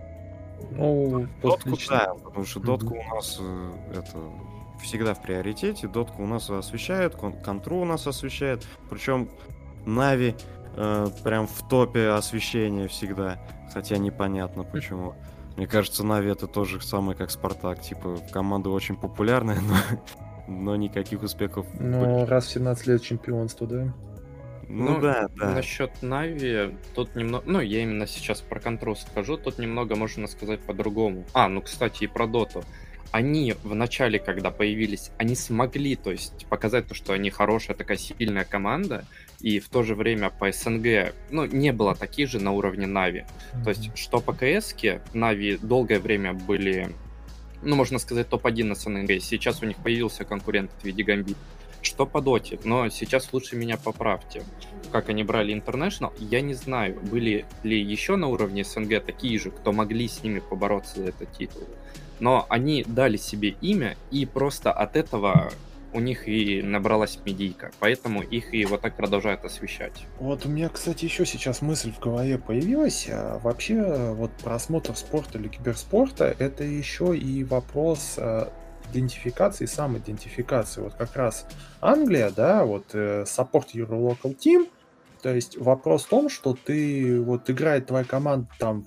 Speaker 2: Ну,
Speaker 1: дотку, да, потому что дотку у нас это всегда в приоритете. Дотку у нас освещают, контру у нас освещают. Причем Нави прям в топе освещения всегда. Хотя непонятно почему. Мне кажется, Нави это тоже самое, как Спартак. Типа, команда очень популярная, но никаких успехов.
Speaker 2: Ну, раз в 17 лет чемпионство, да?
Speaker 4: Ну да. Насчет Нави, тут немного... Ну, я именно сейчас про контрол скажу, тут немного можно сказать по-другому. Ну, кстати, и про Доту. Они в начале, когда появились, они смогли, то есть, показать то, что они хорошая такая сильная команда, и в то же время по СНГ, ну, не было таких же на уровне Нави. То есть, что по КС-ке, Нави долгое время были, ну, можно сказать, топ-1 СНГ. Сейчас у них появился конкурент в виде Гамбит. Что по доте, но сейчас лучше меня поправьте. Как они брали International, я не знаю, были ли еще на уровне СНГ такие же, кто могли с ними побороться за этот титул. Но они дали себе имя, и просто от этого у них и набралась медийка. Поэтому их и вот так продолжают освещать.
Speaker 2: Вот у меня, кстати, еще сейчас мысль в голове появилась. Вообще, вот просмотр спорта или киберспорта, это еще и вопрос... идентификации, самоидентификации. Вот как раз Англия, да, вот support your local team, то есть вопрос в том, что ты, вот играет твоя команда там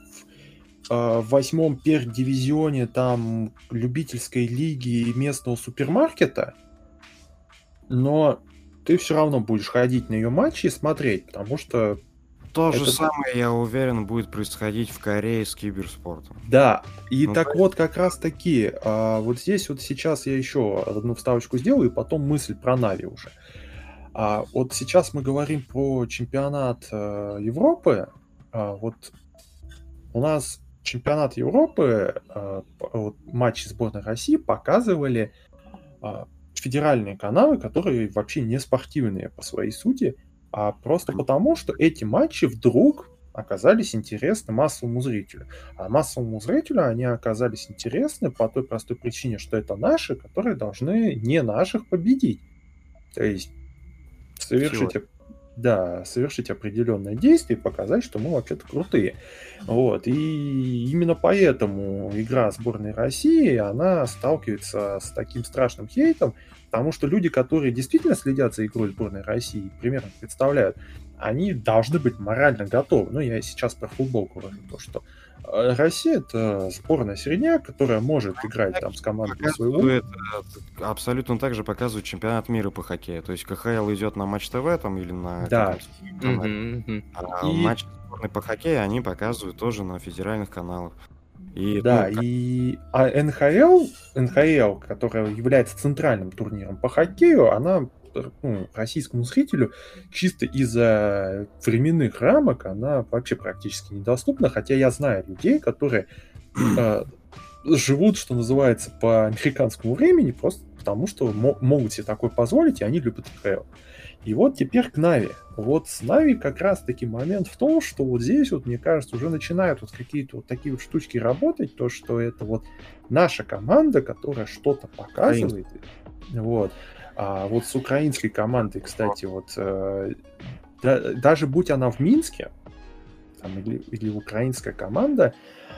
Speaker 2: в 8-м пер-дивизионе там любительской лиги и местного супермаркета, но ты все равно будешь ходить на ее матчи и смотреть, потому что
Speaker 1: то же самое, я уверен, будет происходить в Корее с киберспортом.
Speaker 2: Да, и так вот как раз таки, вот здесь вот сейчас я еще одну вставочку сделаю, и потом мысль про Нави уже. Вот сейчас мы говорим про чемпионат Европы. Вот у нас чемпионат Европы, вот матчи сборной России показывали федеральные каналы, которые вообще не спортивные по своей сути, а просто потому, что эти матчи вдруг оказались интересны массовому зрителю. А массовому зрителю они оказались интересны по той простой причине, что это наши, которые должны не наших победить. То есть совершить... да, совершить определенное действие и показать, что мы вообще-то крутые. Вот. И именно поэтому игра сборной России, она сталкивается с таким страшным хейтом, потому что люди, которые действительно следят за игрой сборной России, примерно представляют, они должны быть морально готовы. Ну, я сейчас про футбол говорю, то, что Россия — это сборная середняк, которая может играть там с командой своего.
Speaker 1: Это абсолютно так же показывает чемпионат мира по хоккею. То есть КХЛ идет на Матч ТВ там или на
Speaker 2: Да.
Speaker 1: матч сборной по хоккею они показывают тоже на федеральных каналах. И,
Speaker 2: да, НХЛ, которая является центральным турниром по хоккею, она российскому зрителю чисто из-за временных рамок она вообще практически недоступна, хотя я знаю людей, которые живут, что называется, по американскому времени, просто потому что могут себе такое позволить, и они любят НХЛ. И вот теперь к Нави. Вот с Нави как раз-таки момент в том, что вот здесь, вот, мне кажется, уже начинают вот какие-то вот такие вот штучки работать, то, что это вот наша команда, которая что-то показывает. Вот. А вот с украинской командой, кстати, вот даже будь она в Минске, там, или украинская команда,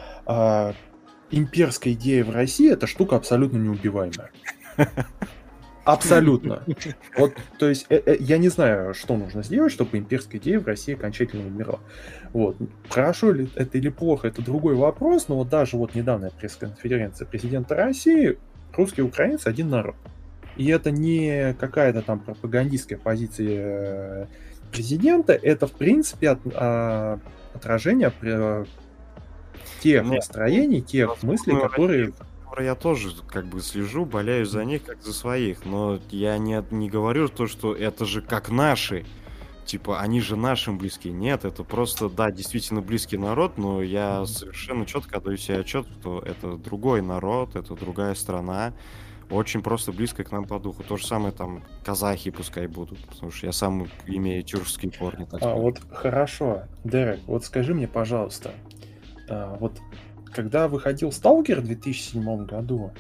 Speaker 2: имперская идея в России — это штука абсолютно неубиваемая. Абсолютно. Вот, то есть, я не знаю, что нужно сделать, чтобы имперская идея в России окончательно умерла. Вот. Хорошо ли это или плохо, это другой вопрос, но вот даже вот недавняя пресс-конференция президента России, русские и украинцы — один народ. И это не какая-то там пропагандистская позиция президента, это, в принципе, отражение тех настроений, тех мыслей, которые...
Speaker 1: Я тоже как бы слежу, болею за них, как за своих, но я не говорю то, что это же как наши, типа, они же нашим близкие. Нет, это просто, да, действительно близкий народ, но я совершенно четко отдаю себе отчет, что это другой народ, это другая страна, очень просто близко к нам по духу. То же самое там казахи пускай будут, потому что я сам имею тюркские корни.
Speaker 2: Вот хорошо, Дерек, вот скажи мне, пожалуйста, вот когда выходил Сталкер в 2007 году,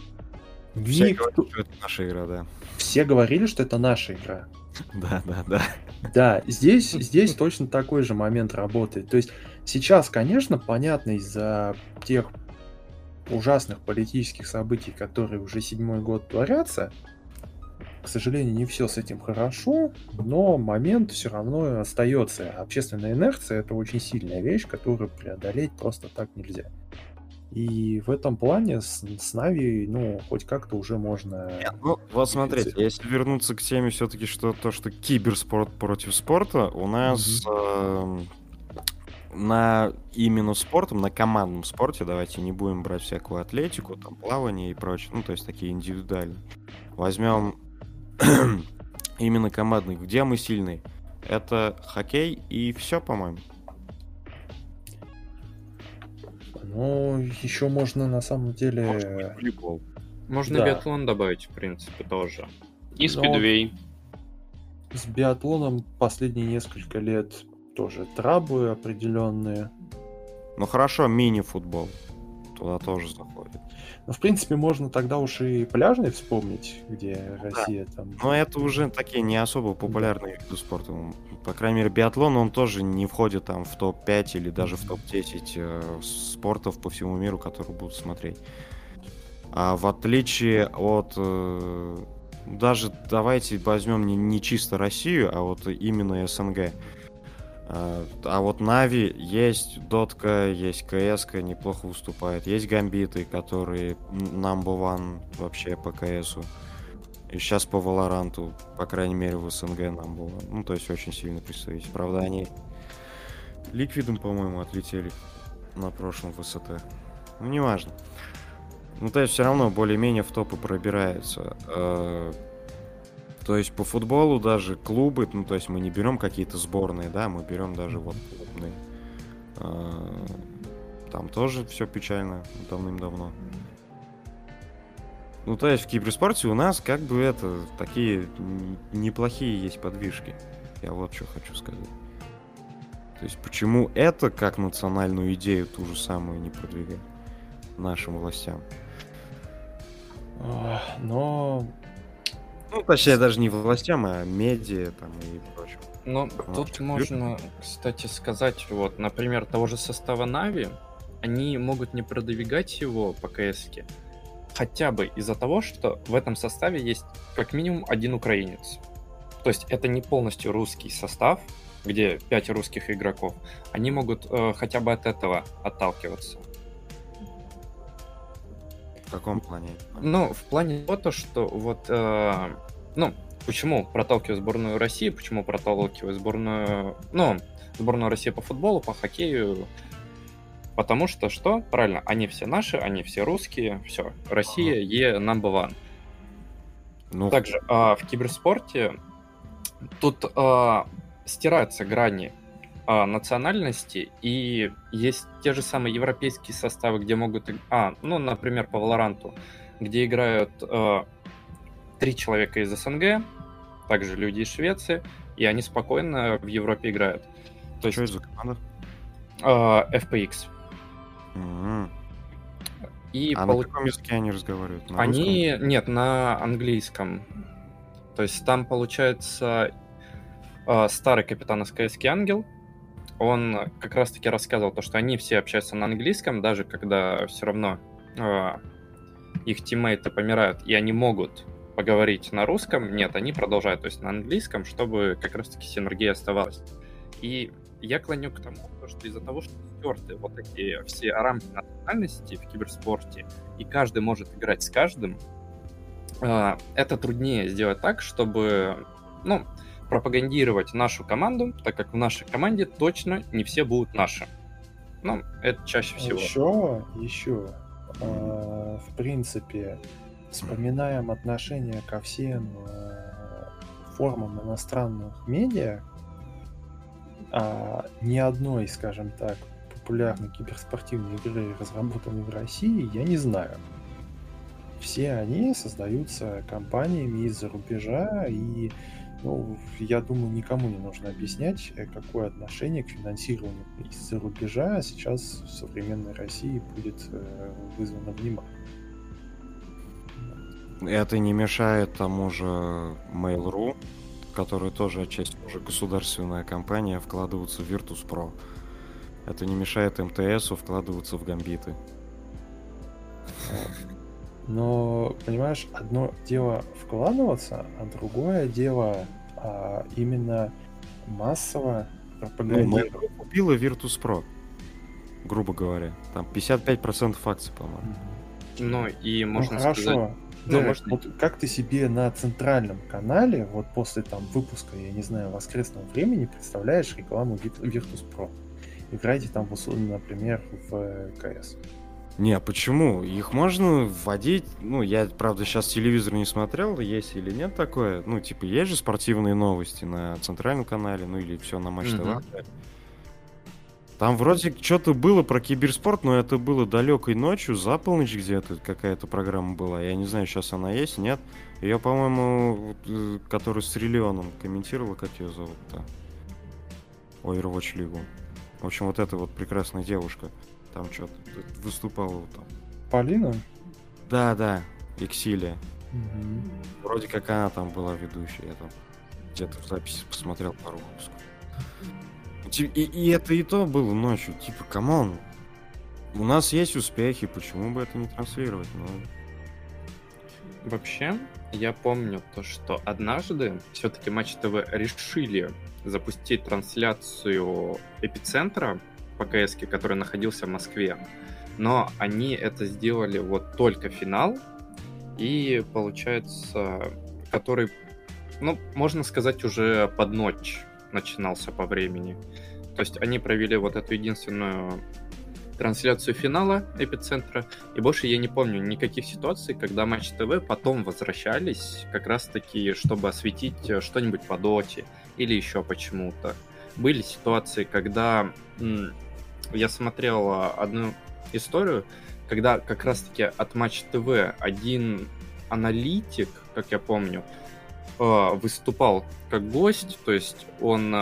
Speaker 1: все говорили, что это наша игра, да.
Speaker 2: Все говорили, что это наша игра.
Speaker 1: Да.
Speaker 2: Да, здесь точно такой же момент работает. То есть сейчас, конечно, понятно, из-за тех ужасных политических событий, которые уже 7-й год творятся, к сожалению, не все с этим хорошо, но момент все равно остается. Общественная инерция — это очень сильная вещь, которую преодолеть просто так нельзя. И в этом плане с Нави, хоть как-то уже можно...
Speaker 1: Вот смотрите, если вернуться к теме все-таки, что киберспорт против спорта, у нас именно спортом, на командном спорте, давайте не будем брать всякую атлетику, там, плавание и прочее, то есть такие индивидуальные. Возьмем именно командный, где мы сильные. Это хоккей и все, по-моему.
Speaker 2: Еще можно на самом деле...
Speaker 4: Волейбол. Можно биатлон добавить, в принципе, тоже.
Speaker 5: И спидвей.
Speaker 2: С биатлоном последние несколько лет тоже трабы определенные.
Speaker 1: Хорошо, мини-футбол. Туда тоже заходит.
Speaker 2: В принципе, можно тогда уж и пляжный вспомнить, где Россия там...
Speaker 1: Но это уже такие не особо популярные виды спорта. По крайней мере, биатлон, он тоже не входит там в топ-5 или даже в топ-10 спортов по всему миру, которые будут смотреть. А в отличие от... даже давайте возьмем не чисто Россию, а вот именно СНГ. А вот Нави есть, Дотка, есть КС-ка, неплохо выступает. Есть Гамбиты, которые number one вообще по КСу. И сейчас по Валоранту, по крайней мере, в СНГ number one. То есть очень сильно представитель. Правда, они Ликвидом, по-моему, отлетели на прошлом ВСТ. Неважно. То есть все равно более-менее в топы пробираются. То есть по футболу даже клубы, то есть мы не берем какие-то сборные, да, мы берем даже вот клубные. Там тоже все печально давным-давно. То есть в киберспорте у нас как бы такие неплохие есть подвижки. Я вот что хочу сказать. То есть почему это как национальную идею ту же самую не продвигать нашим властям?
Speaker 2: Но...
Speaker 1: точнее, даже не властям, а медиа там и прочим.
Speaker 4: Ну, тут можно, кстати, сказать, вот, например, того же состава Нави, они могут не продвигать его по КС-ке, хотя бы из-за того, что в этом составе есть как минимум один украинец. То есть это не полностью русский состав, где 5 русских игроков. Они могут хотя бы от этого отталкиваться.
Speaker 1: В каком плане?
Speaker 4: Ну, в плане того, что вот... почему проталкиваю сборную России, почему проталкиваю сборную... сборную России по футболу, по хоккею. Потому что, что? Правильно, они все наши, они все русские, все. Россия number one. Ну... Также в киберспорте тут стираются грани национальности, и есть те же самые европейские составы, где могут... например, по Valorant, где играют 3 человека из СНГ, также люди из Швеции, и они спокойно в Европе играют.
Speaker 1: То есть... Что это за команда?
Speaker 4: FPX. И
Speaker 1: на каком языке они разговаривают?
Speaker 4: На русском? Нет, на английском. То есть там, получается, старый капитан СКС Ангел, он как раз-таки рассказывал то, что они все общаются на английском, даже когда все равно их тиммейты помирают, и они могут поговорить на русском. Нет, они продолжают, то есть на английском, чтобы как раз-таки синергия оставалась. И я клоню к тому, что из-за того, что стерты вот эти все рамки национальности в киберспорте, и каждый может играть с каждым, это труднее сделать так, чтобы, пропагандировать нашу команду, так как в нашей команде точно не все будут наши. Это чаще всего.
Speaker 2: Еще, в принципе, вспоминаем отношение ко всем формам иностранных медиа, ни одной, скажем так, популярной киберспортивной игры, разработанной в России, я не знаю. Все они создаются компаниями из-за рубежа, и я думаю, никому не нужно объяснять, какое отношение к финансированию из-за рубежа сейчас в современной России будет вызвано внимание.
Speaker 1: Это не мешает тому же Mail.ru, который тоже отчасти уже государственная компания, вкладываться в Virtus.pro. Это не мешает МТСу вкладываться в гамбиты.
Speaker 2: Но, понимаешь, одно дело вкладываться, а другое дело именно массово пропагандировать.
Speaker 1: Мы купила Virtus.pro, грубо говоря. Там 55% акций, по-моему.
Speaker 4: И можно сказать...
Speaker 2: Хорошо. Вот как ты себе на центральном канале, вот после выпуска, я не знаю, воскресного времени, представляешь рекламу Virtus.pro? Играйте там, например, в КС.
Speaker 1: Не, почему? Их можно вводить. Я, правда, сейчас телевизор не смотрел, есть или нет такое. Есть же спортивные новости на центральном канале, или все на Матч ТВ. Там вроде что-то было про киберспорт, но это было далекой ночью, за полночь где-то какая-то программа была. Я не знаю, сейчас она есть, нет. Ее, по-моему, которую с Триллионом комментировала, как ее зовут-то? Overwatch League. В общем, вот эта вот прекрасная девушка. Там что-то выступала там.
Speaker 2: Полина?
Speaker 1: Да, Иксилия. Вроде как она там была ведущей. Я там где-то в записи посмотрел пару выпусков. И это и то было ночью. Камон. У нас есть успехи, почему бы это не транслировать?
Speaker 4: Вообще, я помню то, что однажды все-таки Матч ТВ решили запустить трансляцию Эпицентра по КС-ке, который находился в Москве. Но они это сделали вот только финал. И получается, который, можно сказать, уже под ночь начинался по времени. То есть они провели вот эту единственную трансляцию финала Эпицентра, и больше я не помню никаких ситуаций, когда Матч ТВ потом возвращались как раз-таки, чтобы осветить что-нибудь по доте или еще почему-то. Были ситуации, когда я смотрел одну историю, когда как раз-таки от Матч ТВ один аналитик, как я помню, выступал как гость, то есть он,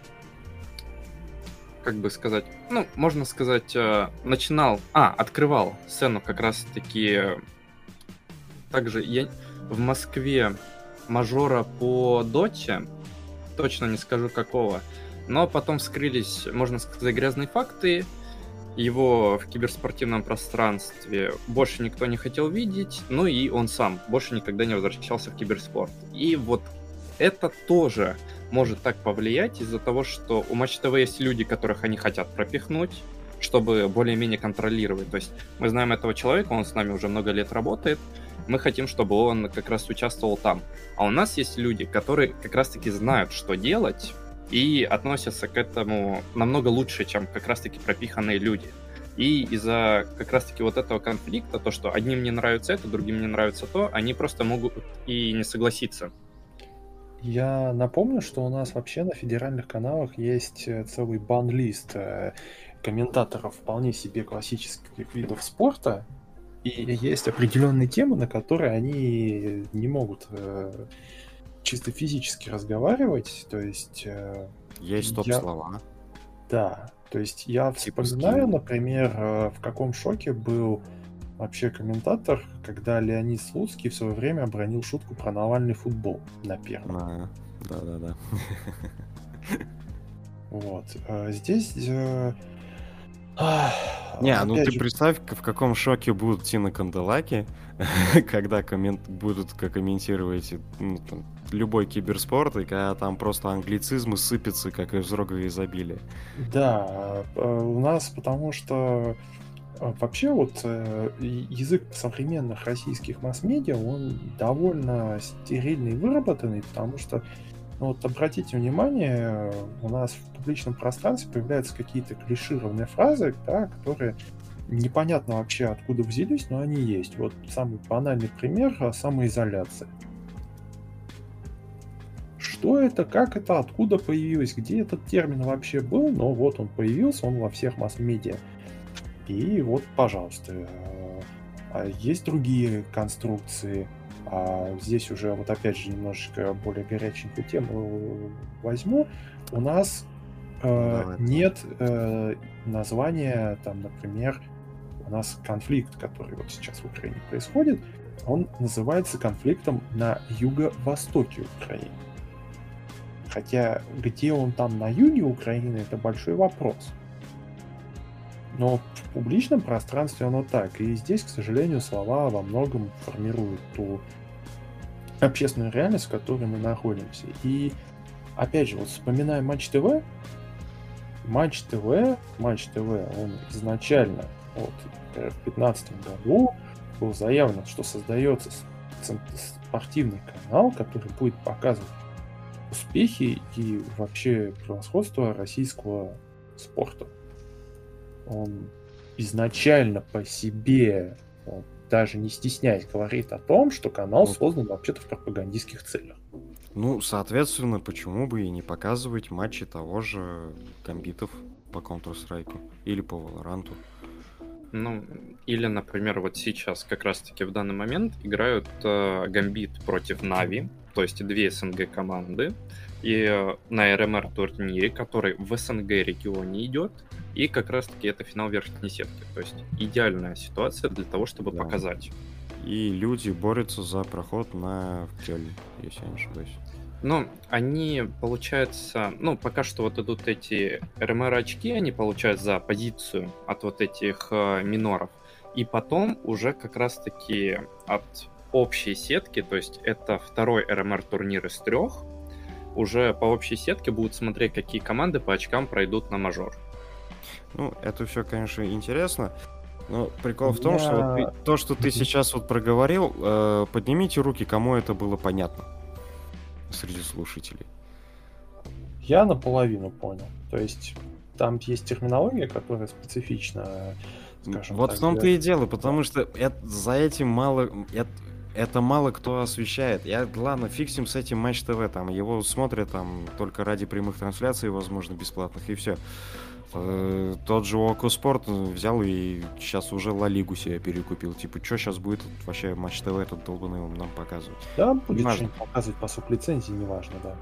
Speaker 4: как бы сказать, можно сказать, открывал сцену как раз-таки также в Москве мажора по доте, точно не скажу какого. Но потом вскрылись, можно сказать, грязные факты. Его в киберспортивном пространстве больше никто не хотел видеть, ну и он сам больше никогда не возвращался в киберспорт. И вот это тоже может так повлиять из-за того, что у Матч ТВ есть люди, которых они хотят пропихнуть, чтобы более-менее контролировать. То есть мы знаем этого человека, он с нами уже много лет работает, мы хотим, чтобы он как раз участвовал там. А у нас есть люди, которые как раз-таки знают, что делать, и относятся к этому намного лучше, чем как раз-таки пропиханные люди. И из-за как раз-таки вот этого конфликта, то, что одним не нравится это, другим не нравится то, они просто могут и не согласиться.
Speaker 2: Я напомню, что у нас вообще на федеральных каналах есть целый бан-лист комментаторов вполне себе классических видов спорта, и есть определенные темы, на которые они не могут чисто физически разговаривать, то есть...
Speaker 1: Есть стоп-слова.
Speaker 2: Да, то есть я вспоминаю, например, в каком шоке был вообще комментатор, когда Леонид Слуцкий в свое время обронил шутку про Навальный футбол на первом.
Speaker 1: Да.
Speaker 2: Вот. Здесь...
Speaker 1: ты представь, в каком шоке будут Тина Канделаки, когда будут комментировать любой киберспорт, и когда там просто англицизмы сыпятся, как из рога изобилия.
Speaker 2: Да, у нас потому что вообще вот язык современных российских масс-медиа, он довольно стерильный и выработанный, потому что, вот обратите внимание, у нас в публичном пространстве появляются какие-то клишированные фразы, да, которые непонятно вообще откуда взялись, но они есть. Вот самый банальный пример — самоизоляция. Что это, как это, откуда появилось, где этот термин вообще был, но вот он появился, он во всех масс-медиа. И вот, пожалуйста, есть другие конструкции. Здесь уже вот опять же немножечко более горяченькую тему возьму. У нас нет названия, там, например, у нас конфликт, который вот сейчас в Украине происходит, он называется конфликтом на юго-востоке Украины. Хотя где он там на юге Украины, это большой вопрос. Но в публичном пространстве оно так. И здесь, к сожалению, слова во многом формируют ту общественную реальность, в которой мы находимся. И опять же, вот вспоминая Матч ТВ, он изначально вот, в 2015 году был заявлено, что создается спортивный канал, который будет показывать успехи и вообще превосходство российского спорта. Он изначально по себе, даже не стесняясь, говорит о том, что канал создан вообще-то в пропагандистских целях.
Speaker 1: Ну, соответственно, почему бы и не показывать матчи того же Гамбитов по Counter-Strike или по Valorant?
Speaker 4: Ну, или, например, вот сейчас как раз-таки в данный момент играют Гамбит против Нави, то есть две СНГ команды, и на РМР турнире, который в СНГ регионе идет, и как раз-таки это финал верхней сетки. То есть идеальная ситуация для того, чтобы показать.
Speaker 1: И люди борются за проход в Кёльн, если я не ошибаюсь.
Speaker 4: Ну, они, получается, пока что вот идут эти РМР-очки, они получают за позицию от вот этих миноров. И потом уже как раз-таки от общей сетки, то есть это второй РМР-турнир из 3, уже по общей сетке будут смотреть, какие команды по очкам пройдут на мажор.
Speaker 1: Ну, это все, конечно, интересно. Но прикол в том, что то, что ты сейчас вот проговорил, поднимите руки, кому это было понятно среди слушателей.
Speaker 2: Я наполовину понял. То есть там есть терминология, которая специфична, скажем
Speaker 1: вот
Speaker 2: так.
Speaker 1: В том-то и дело, потому что за этим это мало кто освещает. Ладно, фиг с этим Матч ТВ, там его смотрят там только ради прямых трансляций, возможно, бесплатных, и все. Тот же Око Спорт взял и сейчас уже Ла Лигу себе перекупил. Типа, что сейчас будет вообще Матч ТВ этот долбанный нам показывать?
Speaker 2: Да, будет что-нибудь показывать по сублицензии, неважно, да.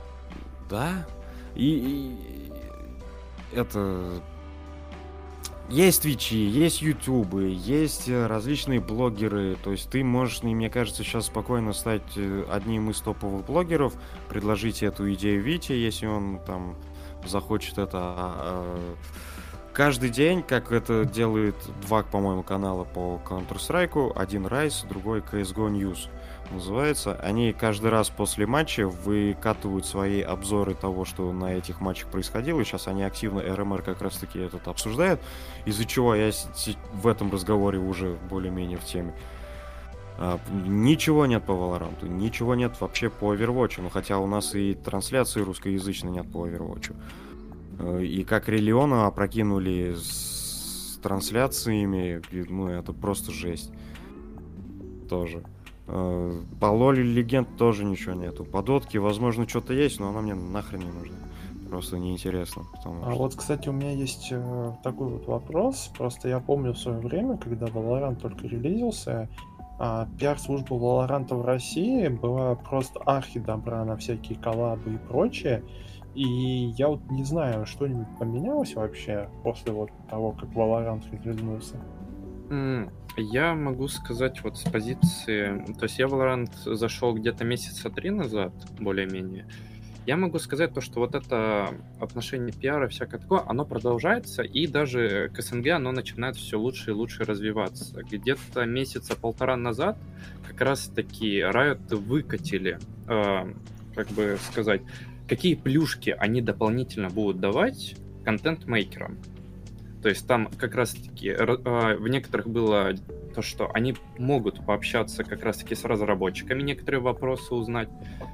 Speaker 1: Да? И это... есть твичи, есть ютубы, есть различные блогеры. То есть ты можешь, мне кажется, сейчас спокойно стать одним из топовых блогеров, предложить эту идею Вите, если он там захочет это. Каждый день, как это делает два, по-моему, канала по Counter-Strike, один Rise, другой CSGO News называется. Они каждый раз после матча выкатывают свои обзоры того, что на этих матчах происходило. И сейчас они активно РМР как раз-таки этот обсуждают, из-за чего я в этом разговоре уже более-менее в теме. Ничего нет по Valorant, ничего нет вообще по Overwatch. Ну, хотя у нас и трансляции русскоязычной нет по Overwatch. И как Релиона опрокинули с трансляциями, ну, это просто жесть. Тоже. По Лоле Легенд тоже ничего нету. По Дотке, возможно, что-то есть, но она мне нахрен не нужна. Просто неинтересно.
Speaker 2: Вот, кстати, у меня есть такой вот вопрос. Просто я помню в свое время, когда Valorant только релизился, пиар-служба Valorant в России была просто архи-добра на всякие коллабы и прочее. И я вот не знаю, что-нибудь поменялось вообще после вот того, как Valorant релизнулся?
Speaker 4: Я могу сказать вот с позиции... То есть я в Valorant зашел где-то месяца 3 назад, более-менее. Я могу сказать то, что вот это отношение пиара, всякое такое, оно продолжается, и даже к СНГ оно начинает все лучше и лучше развиваться. Где-то месяца 1,5 назад как раз-таки Riot выкатили, как бы сказать, какие плюшки они дополнительно будут давать контент-мейкерам. То есть там как раз-таки в некоторых было то, что они могут пообщаться как раз-таки с разработчиками, некоторые вопросы узнать,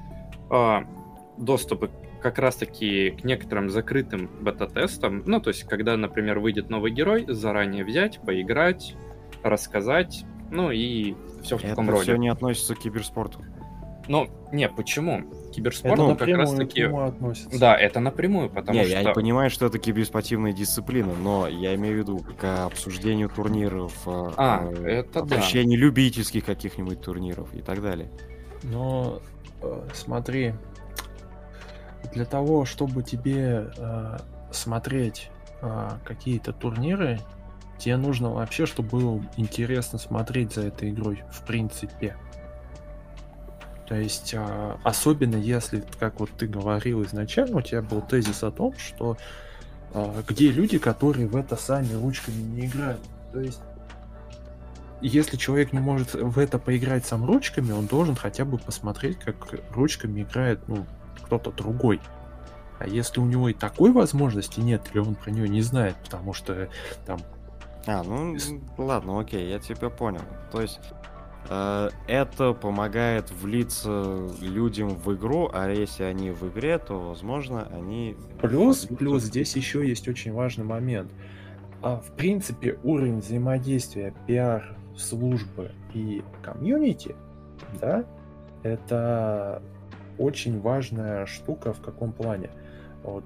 Speaker 4: доступы как раз-таки к некоторым закрытым бета-тестам. Ну, то есть, когда, например, выйдет новый герой, заранее взять, поиграть, рассказать, ну и все в таком роде.
Speaker 1: Это все не относится к киберспорту.
Speaker 4: Ну, не, почему? Киберспорт, ну, как раз-таки...
Speaker 2: относится.
Speaker 4: Да, это напрямую, потому что...
Speaker 1: Я не понимаю, что это киберспортивная дисциплина, но я имею в виду к обсуждению турниров,
Speaker 4: это
Speaker 1: обсуждению любительских каких-нибудь турниров и так далее.
Speaker 2: Но смотри, для того, чтобы тебе смотреть какие-то турниры, тебе нужно вообще, чтобы было интересно смотреть за этой игрой, в принципе. То есть, особенно если, как вот ты говорил изначально, у тебя был тезис о том, что где люди, которые в это сами ручками не играют. То есть, если человек не может в это поиграть сам ручками, он должен хотя бы посмотреть, как ручками играет, кто-то другой. А если у него и такой возможности нет, или он про нее не знает, потому что там...
Speaker 1: Ладно, окей, я тебя понял. То есть... это помогает влиться людям в игру, а если они в игре, то, возможно, они...
Speaker 2: Плюс здесь еще есть очень важный момент. В принципе, уровень взаимодействия пиар-службы и комьюнити, да, это очень важная штука в каком плане. Вот,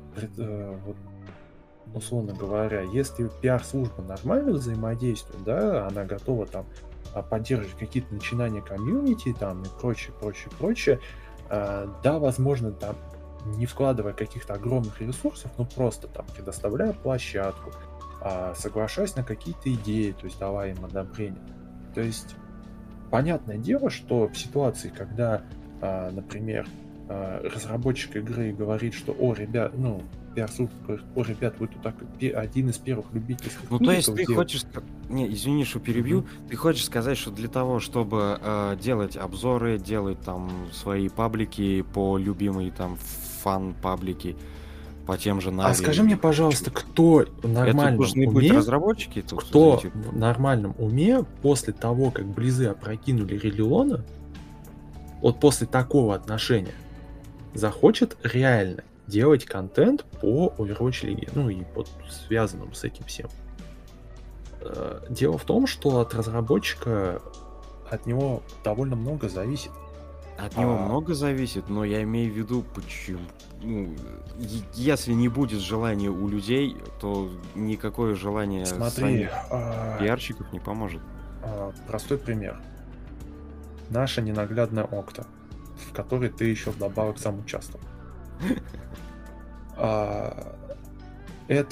Speaker 2: условно говоря, если пиар-служба нормально взаимодействует, да, она готова там поддерживать какие-то начинания комьюнити там и прочее, да, возможно, там, не вкладывая каких-то огромных ресурсов, но просто там предоставляя площадку, соглашаясь на какие-то идеи, то есть давая им одобрение. То есть, понятное дело, что в ситуации, когда, например, разработчик игры говорит, что, ребят, пиар-служба говорит, ребят, вы тут один из первых любительских.
Speaker 1: Ну, то есть ты хочешь... Не, извини, что перебью. Ты хочешь сказать, что для того, чтобы делать обзоры, делать там свои паблики по любимой там фан-паблики, по тем же Нави...
Speaker 2: А скажи мне, пожалуйста, кто в нормальном
Speaker 1: должны
Speaker 2: уме...
Speaker 1: быть разработчики? Тут,
Speaker 2: кто в нормальном уме после того, как Близы опрокинули Релиона, вот после такого отношения, захочет реально делать контент по Overwatch League, и по связанному с этим всем. Дело в том, что от разработчика от него довольно много зависит.
Speaker 1: От него много зависит, но я имею в виду, почему... если не будет желания у людей, то никакое желание самих пиарщиков не поможет.
Speaker 2: Простой пример. Наша ненаглядная Окта, в которой ты еще вдобавок сам участвовал. Это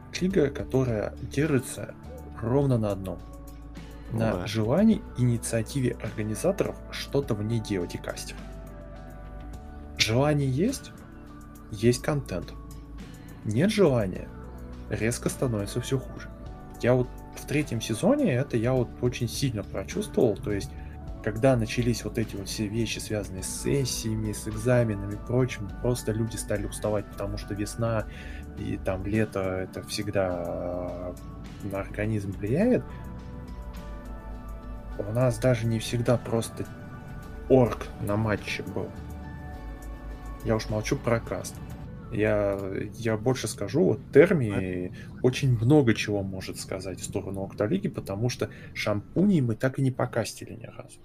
Speaker 2: лига, которая держится ровно на одном. На желании, инициативе организаторов что-то в ней делать и кастеров. Желание есть контент. Нет желания, резко становится все хуже. Я вот в 3-м сезоне это я вот очень сильно прочувствовал, то есть когда начались вот эти вот все вещи, связанные с сессиями, с экзаменами и прочим, просто люди стали уставать, потому что весна и там лето, это всегда на организм влияет. У нас даже не всегда просто орг на матче был. Я уж молчу про каст. Я больше скажу, вот Терми очень много чего может сказать в сторону Октолиги, потому что шампуней мы так и не покастили ни разу.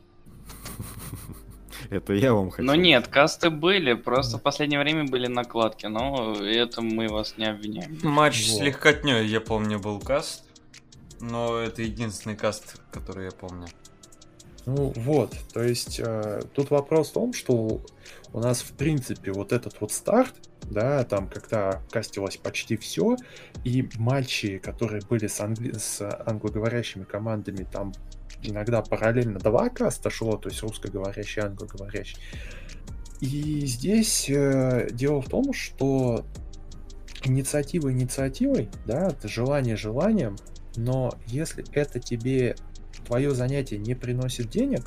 Speaker 1: Это я вам хочу.
Speaker 5: Ну нет, касты были, просто в последнее время были накладки, но это мы вас не обвиняем.
Speaker 3: Матч с легкотней, я помню, был каст, но это единственный каст, который я помню.
Speaker 2: Ну вот, то есть тут вопрос в том, что у нас в принципе вот этот вот старт, да, там когда кастилось почти все, и матчи, которые были с англоговорящими командами, там иногда параллельно 2 каста шло, то есть русскоговорящий, англоговорящий. И здесь дело в том, что инициатива инициативой, да, это желание желанием, но если это тебе твое занятие не приносит денег,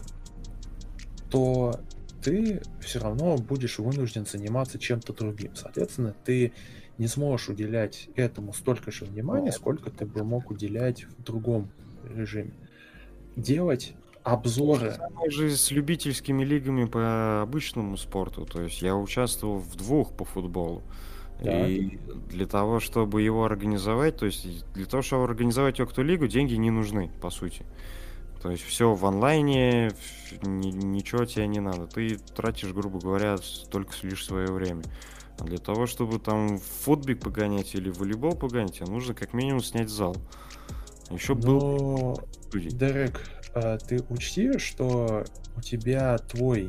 Speaker 2: то ты все равно будешь вынужден заниматься чем-то другим. Соответственно, ты не сможешь уделять этому столько же внимания, сколько ты бы мог уделять в другом режиме. Делать обзоры.
Speaker 1: Самое же с любительскими лигами по обычному спорту. То есть я участвовал в 2 по футболу. Да. И для того, чтобы его организовать, то есть для того, чтобы организовать Октолигу, деньги не нужны, по сути. То есть все в онлайне, ничего тебе не надо. Ты тратишь, грубо говоря, только лишь свое время. А для того, чтобы там футбик погонять или волейбол погонять, тебе нужно как минимум снять зал. Еще был...
Speaker 2: Дерек, ты учти, что у тебя твой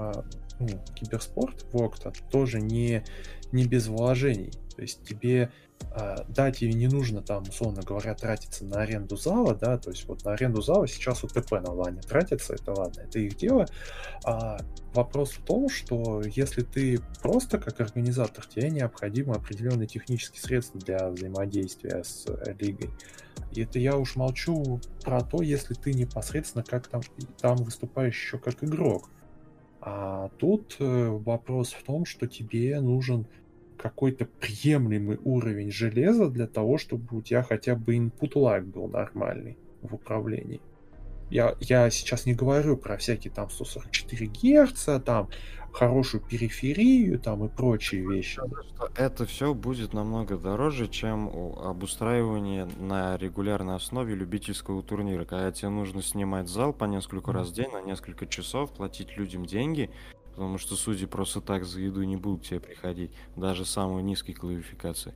Speaker 2: киберспорт в Окта тоже не без вложений. То есть тебе тебе не нужно там, условно говоря, тратиться на аренду зала, да, то есть вот на аренду зала сейчас УТП на лане тратится, это ладно, это их дело. Вопрос в том, что если ты просто как организатор, тебе необходимы определенные технические средства для взаимодействия с лигой. И это я уж молчу про то, если ты непосредственно как там выступаешь еще как игрок. А тут вопрос в том, что тебе нужен какой-то приемлемый уровень железа для того, чтобы у тебя хотя бы input lag был нормальный в управлении. Я сейчас не говорю про всякие там 144 Гц, там хорошую периферию там и прочие вещи.
Speaker 1: Это все будет намного дороже, чем обустраивание на регулярной основе любительского турнира, когда тебе нужно снимать зал по несколько раз в день, на несколько часов, платить людям деньги, потому что судьи просто так за еду не будут тебе приходить, даже самой низкой квалификации.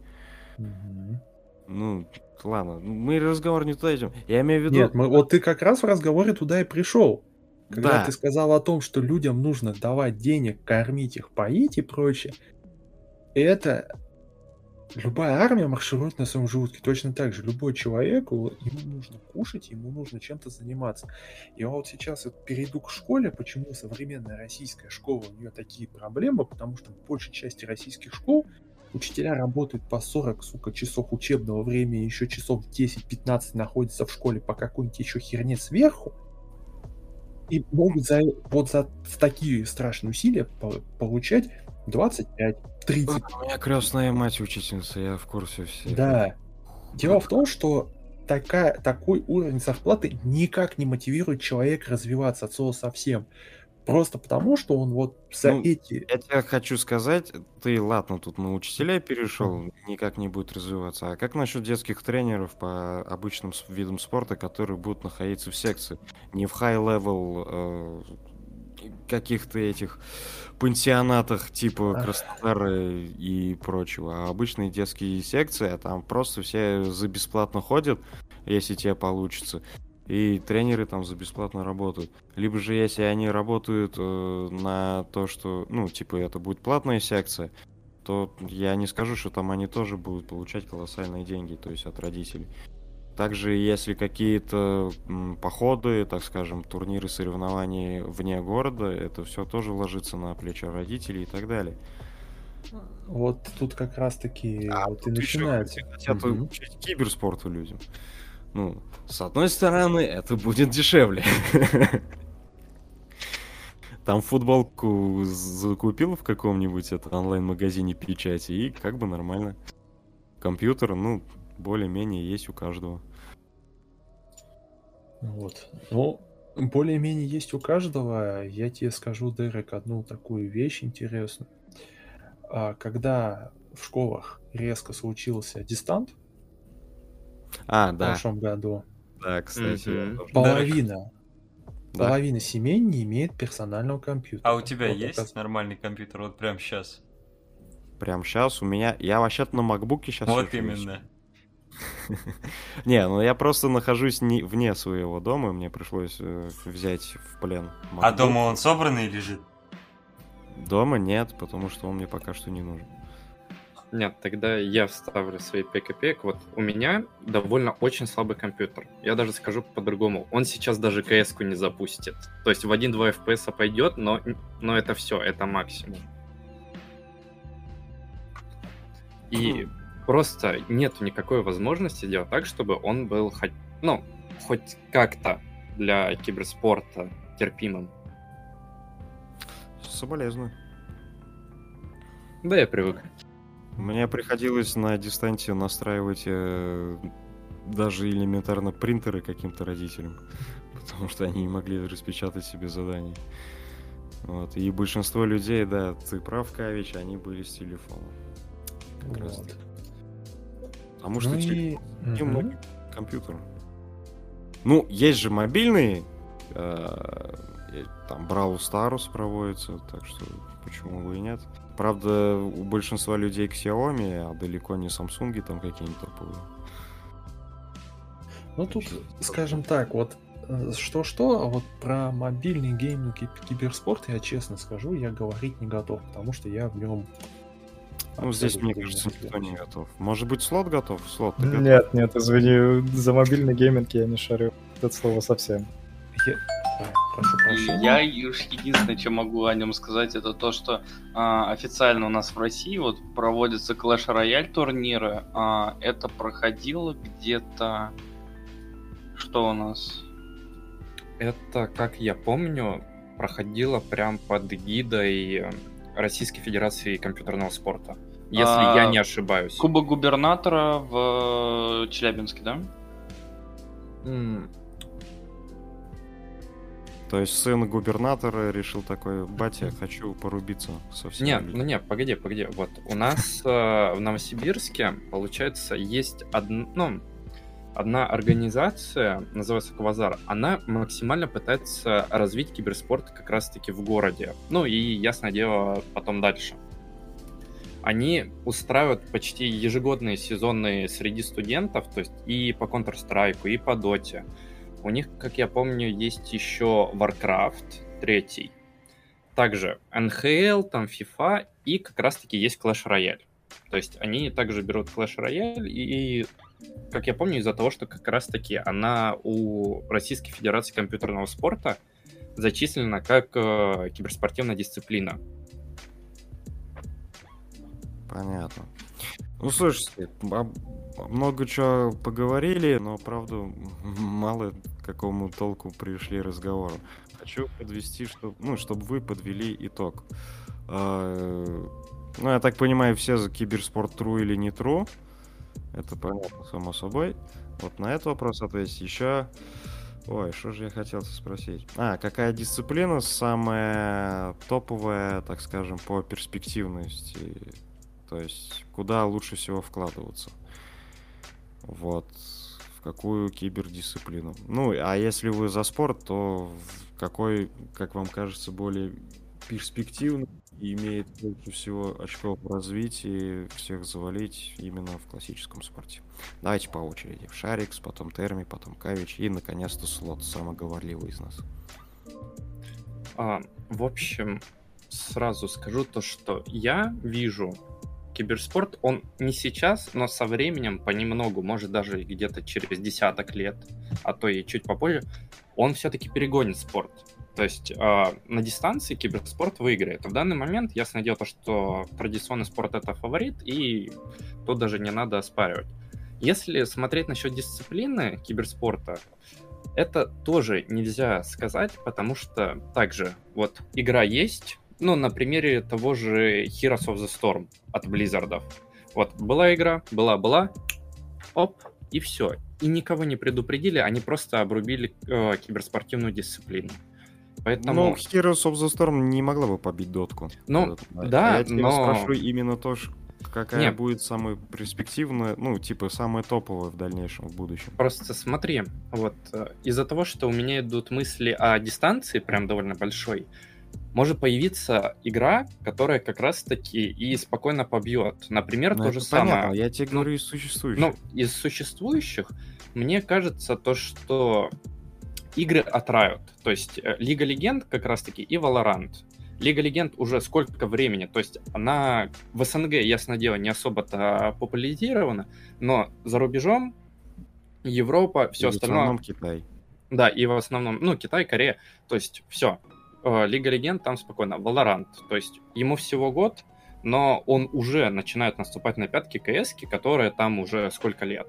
Speaker 1: Ну, ладно, мы разговор не туда идем. Я имею в виду...
Speaker 2: Нет, вот ты как раз в разговоре туда и пришел. Когда ты сказал о том, что людям нужно давать денег, кормить их, поить и прочее, это любая армия марширует на своем желудке. Точно так же любой человек, ему нужно кушать, ему нужно чем-то заниматься. Я вот сейчас перейду к школе, почему современная российская школа, у нее такие проблемы, потому что в большей части российских школ учителя работают по 40, часов учебного времени, еще часов 10-15 находятся в школе по какой-нибудь еще херне сверху, и могут за такие страшные усилия получать 25-30.
Speaker 1: У меня крестная мать учительница, я в курсе всех.
Speaker 2: Да. Дело в том, что такой уровень зарплаты никак не мотивирует человека развиваться от слова совсем. Просто потому, что он вот эти...
Speaker 1: Я тебе хочу сказать, ты, ладно, тут на учителя перешел, никак не будет развиваться. А как насчет детских тренеров по обычным видам спорта, которые будут находиться в секции? Не в high-level каких-то этих пансионатах типа Краснодара и прочего, а обычные детские секции, а там просто все за бесплатно ходят, если тебе получится. И тренеры там за бесплатно работают. Либо же, если они работают на то, что, это будет платная секция, то я не скажу, что там они тоже будут получать колоссальные деньги, то есть от родителей. Также, если какие-то походы, так скажем, турниры, соревнования вне города, это все тоже ложится на плечи родителей и так далее.
Speaker 2: Вот тут как раз-таки вот и начинается.
Speaker 1: Хотят учить киберспорту людям. Ну, с одной стороны, это будет дешевле. Там футболку закупил в каком-нибудь онлайн-магазине печати, и как бы нормально. Компьютер, ну, более-менее есть у каждого.
Speaker 2: Вот. Ну, более-менее есть у каждого. Я тебе скажу, Дерек, одну такую вещь интересную. Когда в школах резко случился дистант в прошлом году,
Speaker 1: да, кстати,
Speaker 2: половина семей не имеет персонального компьютера.
Speaker 3: А у тебя вот есть нормальный компьютер вот прямо сейчас?
Speaker 1: Прямо сейчас у меня... Я вообще-то на макбуке сейчас...
Speaker 3: Вот именно.
Speaker 1: Не, ну я просто нахожусь вне своего дома, мне пришлось взять в плен MacBook.
Speaker 3: А дома он собранный лежит?
Speaker 1: Дома нет, потому что он мне пока что не нужен.
Speaker 4: Нет, тогда я вставлю свои 5 копеек. Вот у меня довольно очень слабый компьютер. Я даже скажу по-другому. Он сейчас даже CS-ку не запустит. То есть в 1-2 FPS пойдет, но это все, это максимум. И просто нет никакой возможности делать так, чтобы он был хоть как-то для киберспорта терпимым.
Speaker 1: Соболезную.
Speaker 4: Да, я привык.
Speaker 1: Мне приходилось на дистанте настраивать даже элементарно принтеры каким-то родителям, потому что они не могли распечатать себе задания. Вот. И большинство людей, да, ты прав, Кавич, они были с телефоном. Как раз так. Потому что телефон компьютер. Ну, есть же мобильные, там Brawl Stars проводится, так что почему бы и нет. Правда, у большинства людей Xiaomi, а далеко не Samsung там какие-нибудь топовые.
Speaker 2: Ну тут, скажем так, вот что-что, а вот про мобильный гейминг и киберспорт, я честно скажу, я говорить не готов, потому что я в нем...
Speaker 1: Ну, здесь, мне кажется, никто не готов. Может быть, слот готов? Слот,
Speaker 6: ты готов? Нет, извини, за мобильный гейминг я не шарю. Это слово совсем.
Speaker 2: Прошу прощения.
Speaker 5: Я единственное, что могу о нем сказать, это то, что официально у нас в России вот проводятся Clash Royale турниры. Это проходило где-то... Что у нас?
Speaker 4: Это, как я помню, проходило прям под эгидой Российской Федерации компьютерного спорта. Если я не ошибаюсь.
Speaker 5: Кубок губернатора в Челябинске, да?
Speaker 1: То есть сын губернатора решил такой: батя, хочу порубиться со всеми.
Speaker 4: Нет, погоди. Вот у нас в Новосибирске, получается, есть одна организация, называется Квазар. Она максимально пытается развить киберспорт как раз-таки в городе. Ну и, ясное дело, потом дальше. Они устраивают почти ежегодные сезонные среди студентов, то есть и по Counter-Strike, и по Dota. У них, как я помню, есть еще Warcraft 3, также NHL, там FIFA, и как раз-таки есть Clash Royale. То есть они также берут Clash Royale, и, как я помню, из-за того, что как раз-таки она у Российской Федерации компьютерного спорта зачислена как киберспортивная дисциплина.
Speaker 1: Понятно. Ну, слушайте, много чего поговорили, но, правда, мало к какому толку пришли разговору. Хочу подвести, чтобы вы подвели итог. Ну, я так понимаю, все за киберспорт true или не true. Это понятно, само собой. Вот на этот вопрос ответить еще... Ой, что же я хотел спросить? Какая дисциплина самая топовая, так скажем, по перспективности? То есть, куда лучше всего вкладываться? Вот. В какую кибердисциплину? Ну, а если вы за спорт, то в какой, как вам кажется, более перспективный и имеет больше всего очков в развитии всех завалить именно в классическом спорте? Давайте по очереди. Шарикс, потом Терми, потом Кавич и, наконец-то, Слот, самый говорливый из нас.
Speaker 4: В общем, сразу скажу то, что я вижу киберспорт, он не сейчас, но со временем понемногу, может даже где-то через десяток лет, а то и чуть попозже, он все-таки перегонит спорт. То есть на дистанции киберспорт выиграет. В данный момент ясное дело, что традиционный спорт — это фаворит, и тут даже не надо оспаривать. Если смотреть насчет дисциплины киберспорта, это тоже нельзя сказать, потому что также вот игра есть, ну, на примере того же Heroes of the Storm от Blizzard. Вот была игра, была, оп, и все. И никого не предупредили, они просто обрубили киберспортивную дисциплину. Поэтому...
Speaker 1: Ну, Heroes of the Storm не могла бы побить дотку.
Speaker 4: Ну, да,
Speaker 1: я тебя
Speaker 4: но...
Speaker 1: спрашиваю именно то, какая
Speaker 4: Нет.
Speaker 1: будет самая перспективная, ну, типа, самая топовая в дальнейшем, в будущем.
Speaker 4: Просто смотри, вот из-за того, что у меня идут мысли о дистанции, прям довольно большой, может появиться игра, которая как раз-таки и спокойно побьет. Например,
Speaker 1: Ну,
Speaker 4: то
Speaker 1: это
Speaker 4: же
Speaker 1: понятно,
Speaker 4: самое.
Speaker 1: я тебе говорю из существующих.
Speaker 4: Ну, из существующих, мне кажется, то, что игры от Riot, то есть Лига Легенд как раз-таки и Valorant. Лига Легенд уже сколько времени, то есть она в СНГ, ясное дело, не особо-то популяризирована, но за рубежом Европа, все
Speaker 1: И
Speaker 4: остальное...
Speaker 1: В основном Китай.
Speaker 4: Да, и в основном, ну, Китай, Корея, то есть все. Лига Легенд там спокойно. Valorant, то есть ему всего год, но он уже начинает наступать на пятки КС-ки, которые там уже сколько лет.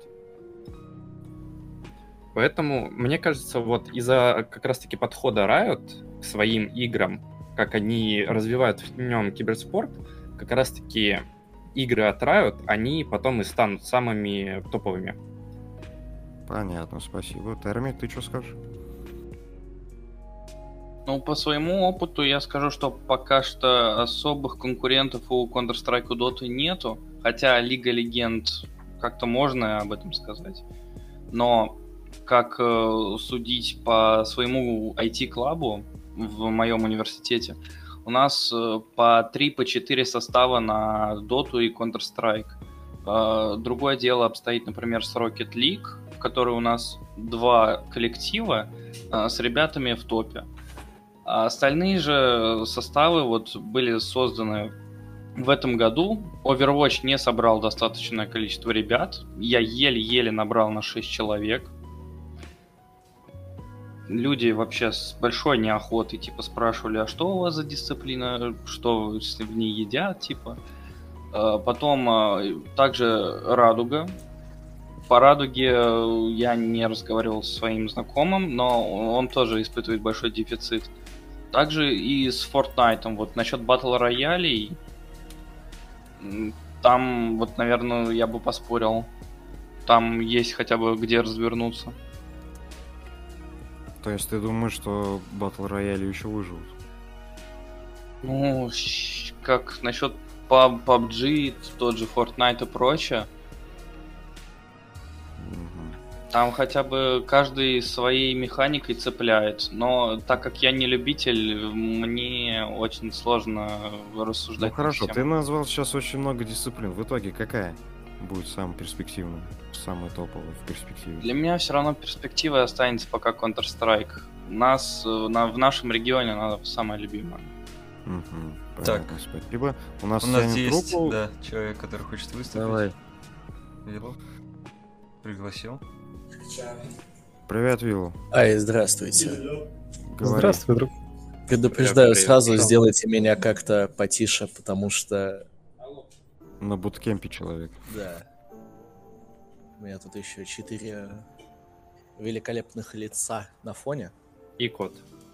Speaker 4: Поэтому, мне кажется, вот из-за как раз-таки подхода Riot к своим играм, как они развивают в нем киберспорт, как раз-таки игры от Riot, они потом и станут самыми топовыми.
Speaker 1: Понятно, спасибо. Терми, ты что скажешь?
Speaker 5: Ну, по своему опыту я скажу, что пока что особых конкурентов у Counter-Strike, у Dota нету. Хотя Лига Легенд как-то можно об этом сказать. Но как судить по своему IT-клабу в моем университете, у нас по 3-4 состава на Dota и Counter-Strike. Другое дело обстоит, например, с Rocket League, в которой у нас 2 коллектива с ребятами в топе. А остальные же составы вот были созданы в этом году. Overwatch не собрал достаточное количество ребят. Я еле-еле набрал на 6 человек. Люди вообще с большой неохотой типа спрашивали, а что у вас за дисциплина, что в ней едят, типа. Потом также Радуга. По Радуге я не разговаривал со своим знакомым, но он тоже испытывает большой дефицит. Также и с Fortnite. Вот насчет батл роялей, там вот, наверное, я бы поспорил. Там есть хотя бы где развернуться.
Speaker 1: То есть ты думаешь, что батл рояли еще выживут?
Speaker 5: Ну, как насчет PUBG, тот же Fortnite и прочее. Там хотя бы каждый своей механикой цепляет, но так как я не любитель, мне очень сложно рассуждать.
Speaker 1: Ну хорошо, ты назвал сейчас очень много дисциплин. В итоге какая будет самая перспективная, самая топовая в перспективе?
Speaker 5: Для меня все равно перспективой останется пока Counter-Strike. В нашем регионе она самая любимая.
Speaker 1: Угу,
Speaker 3: так,
Speaker 1: спасибо. У нас
Speaker 3: есть,
Speaker 1: руку.
Speaker 3: да, человек, который хочет выступить.
Speaker 1: Давай.
Speaker 3: Виллу пригласил.
Speaker 1: Привет, Виллу.
Speaker 7: Здравствуйте.
Speaker 1: Говори.
Speaker 6: Здравствуй, друг.
Speaker 7: Предупреждаю
Speaker 4: Привет.
Speaker 7: сразу, сделайте меня как-то потише, потому что...
Speaker 1: На буткемпе человек.
Speaker 7: Да. У меня тут еще 4 великолепных лица на фоне.
Speaker 4: И кот.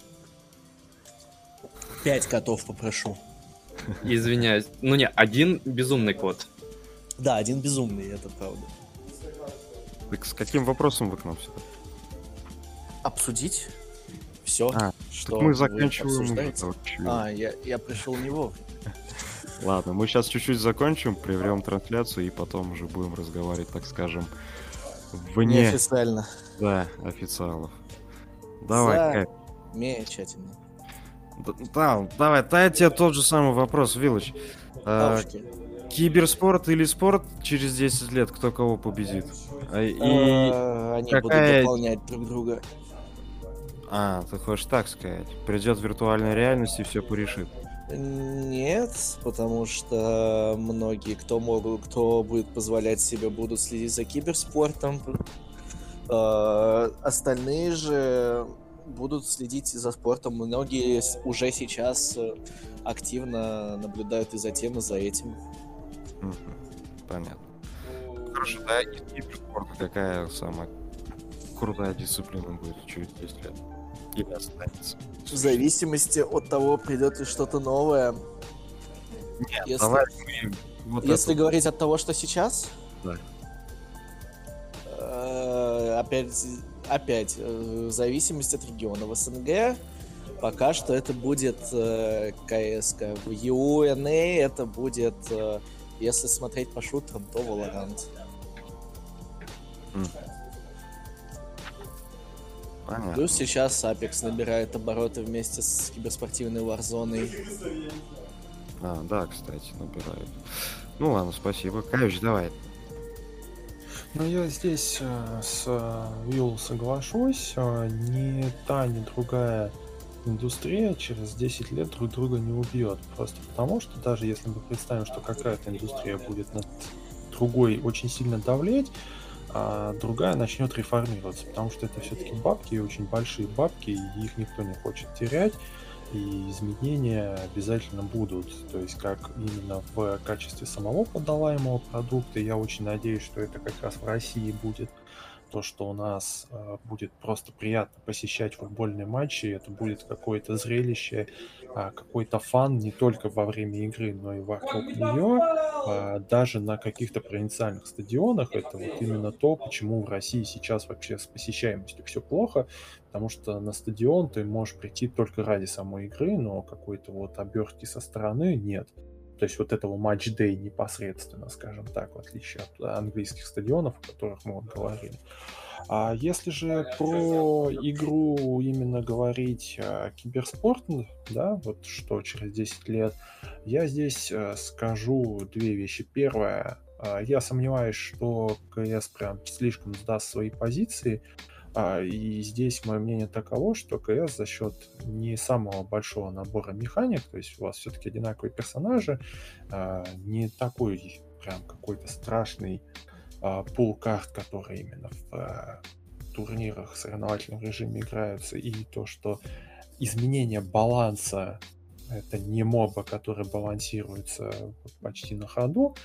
Speaker 7: 5 котов попрошу.
Speaker 4: Извиняюсь. Ну не, один безумный кот.
Speaker 7: Да, один безумный, это правда.
Speaker 1: Так с каким вопросом вы к нам сюда?
Speaker 7: Обсудить все, что
Speaker 1: Так мы
Speaker 7: вы
Speaker 1: заканчиваем
Speaker 7: обсуждаете.
Speaker 1: уже.
Speaker 7: Я пришел не вовремя.
Speaker 1: Ладно, мы сейчас чуть-чуть закончим, прервем трансляцию и потом уже будем разговаривать, так скажем, вне
Speaker 7: Неофициально.
Speaker 1: официалов. Давай, Кайф.
Speaker 7: Замечательно.
Speaker 1: Давай, я тебе тот же самый вопрос, Вилыч.
Speaker 7: Бабушки.
Speaker 1: Киберспорт или спорт через 10 лет, кто кого победит?
Speaker 7: Они
Speaker 1: какая-
Speaker 7: будут дополнять друг друга.
Speaker 1: Ты хочешь так сказать? Придет виртуальная реальность и все порешит.
Speaker 7: Нет, потому что многие, кто будет позволять себе, будут следить за киберспортом. Остальные же будут следить за спортом. Многие уже сейчас активно наблюдают и за тем, и за этим.
Speaker 1: Понятно. Хорошо, да, из киберспорта какая самая крутая дисциплина будет через 10 лет? Или останется?
Speaker 7: В зависимости от того, придет ли что-то новое.
Speaker 1: Нет, давай мы
Speaker 7: если говорить от того, что сейчас,
Speaker 1: да.
Speaker 7: Опять, в зависимости от региона. В СНГ пока что это будет КС-ка. В UNA это будет, если смотреть по шутерам, то Valorant.
Speaker 1: Понятно.
Speaker 7: Плюс сейчас Apex набирает обороты вместе с киберспортивной Warzone.
Speaker 1: Да, кстати, набирает. Ну ладно, спасибо. Каюч, давай.
Speaker 2: Ну, я здесь с Вилл соглашусь. Ни та, ни другая индустрия через 10 лет друг друга не убьет. Просто потому, что даже если мы представим, что какая-то индустрия будет над другой очень сильно давлеть, а другая начнет реформироваться, потому что это все-таки бабки, очень большие бабки, и их никто не хочет терять, и изменения обязательно будут. То есть как именно в качестве самого подаваемого продукта, я очень надеюсь, что это как раз в России будет то, что у нас будет просто приятно посещать футбольные матчи, это будет какое-то зрелище, какой-то фан не только во время игры, но и вокруг нее, даже на каких-то провинциальных стадионах. Это вот именно то, почему в России сейчас вообще с посещаемостью все плохо, потому что на стадион ты можешь прийти только ради самой игры, но какой-то вот обертки со стороны нет. То есть вот этого матч-дэй непосредственно, скажем так, в отличие от английских стадионов, о которых мы вот говорили. А если же про игру именно говорить киберспорт, да, вот что через 10 лет, я здесь скажу две вещи. Первое, я сомневаюсь, что КС прям слишком сдаст свои позиции, и здесь мое мнение таково, что КС за счет не самого большого набора механик, то есть у вас все-таки одинаковые персонажи, не такой прям какой-то страшный пул карт, которые именно в турнирах в соревновательном режиме играются, и то, что изменение баланса — это не моба, который балансируется почти на ходу,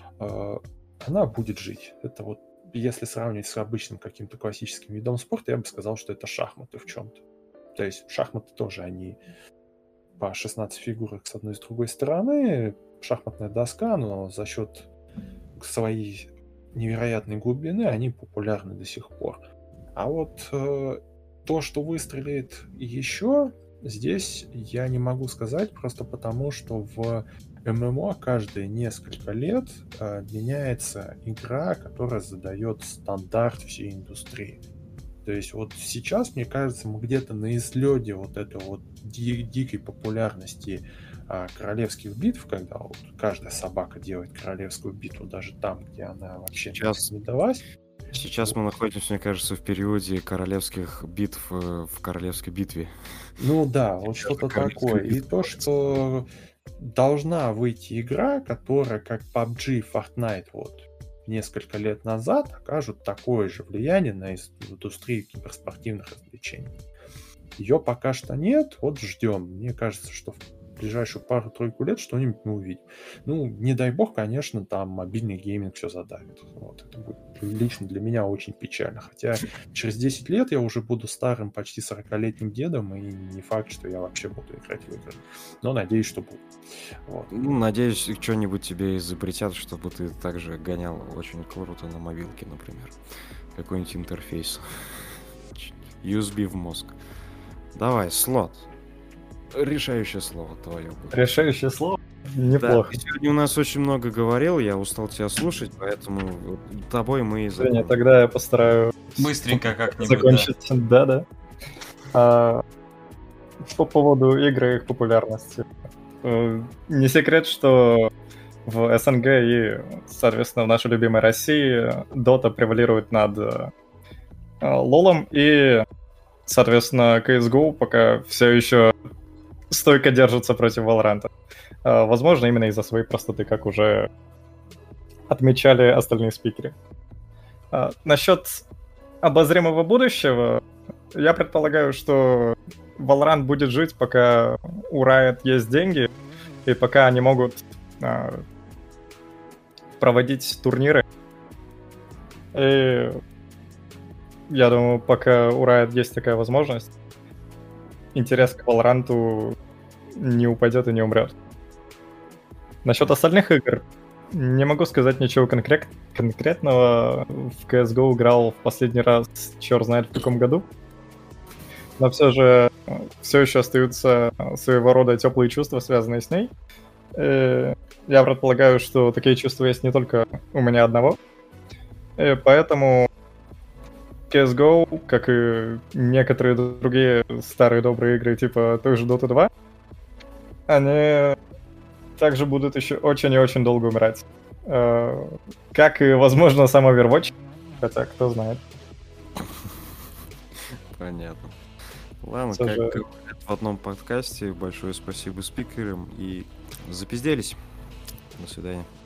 Speaker 2: она будет жить. Это вот если сравнивать с обычным каким-то классическим видом спорта, я бы сказал, что это шахматы в чем-то. То есть шахматы тоже, они по 16 фигурок с одной и с другой стороны, шахматная доска, но за счет своей невероятной глубины они популярны до сих пор. А вот то, что выстрелит еще, здесь я не могу сказать, просто потому, что в ММО каждые несколько лет меняется игра, которая задает стандарт всей индустрии. То есть вот сейчас, мне кажется, мы где-то на излете вот этой вот дикой популярности королевских битв, когда вот каждая собака делает королевскую битву, даже там, где она вообще не далась.
Speaker 1: Сейчас мы находимся, мне кажется, в периоде королевских битв в королевской битве.
Speaker 2: Ну да, вот что-то такое. И то, что должна выйти игра, которая, как PUBG и Fortnite вот несколько лет назад, окажут такое же влияние на индустрию киберспортивных развлечений. Ее пока что нет, вот ждем. Мне кажется, что в ближайшую пару-тройку лет что-нибудь мы увидим. Ну, не дай бог, конечно, там мобильный гейминг все задавит. Вот, это будет лично для меня очень печально. Хотя через 10 лет я уже буду старым, почти 40-летним дедом, и не факт, что я вообще буду играть в игры. Но надеюсь, что буду. Вот.
Speaker 1: Ну, надеюсь, что-нибудь тебе изобретят, чтобы ты также гонял очень круто на мобилке, например. Какой-нибудь интерфейс. USB в мозг. Давай, слот. Решающее слово твое будет.
Speaker 6: Решающее слово? Неплохо.
Speaker 1: Да, сегодня у нас очень много говорил, я устал тебя слушать, поэтому тобой мы и закончим.
Speaker 6: Тогда я постараюсь
Speaker 3: быстренько как-нибудь
Speaker 6: закончить. Да. По поводу игры и их популярности. Не секрет, что в СНГ и, соответственно, в нашей любимой России Dota превалирует над LoL'ом, и, соответственно, CSGO пока все еще стойко держатся против Valorant. Возможно, именно из-за своей простоты, как уже отмечали остальные спикеры. Насчет обозримого будущего, я предполагаю, что Valorant будет жить, пока у Riot есть деньги, и пока они могут проводить турниры. И я думаю, пока у Riot есть такая возможность, интерес к Valorant не упадет и не умрет. Насчет остальных игр, не могу сказать ничего конкретного. В CSGO играл в последний раз, черт знает в каком году. Но все же все еще остаются своего рода теплые чувства, связанные с ней. И я предполагаю, что такие чувства есть не только у меня одного. И поэтому CSGO, как и некоторые другие старые добрые игры, типа той же Dota 2, они также будут еще очень и очень долго умирать. Как и, возможно, сам Overwatch. Хотя, кто знает.
Speaker 1: Понятно. Ладно, как говорят в одном подкасте, большое спасибо спикерам и запизделись. До свидания.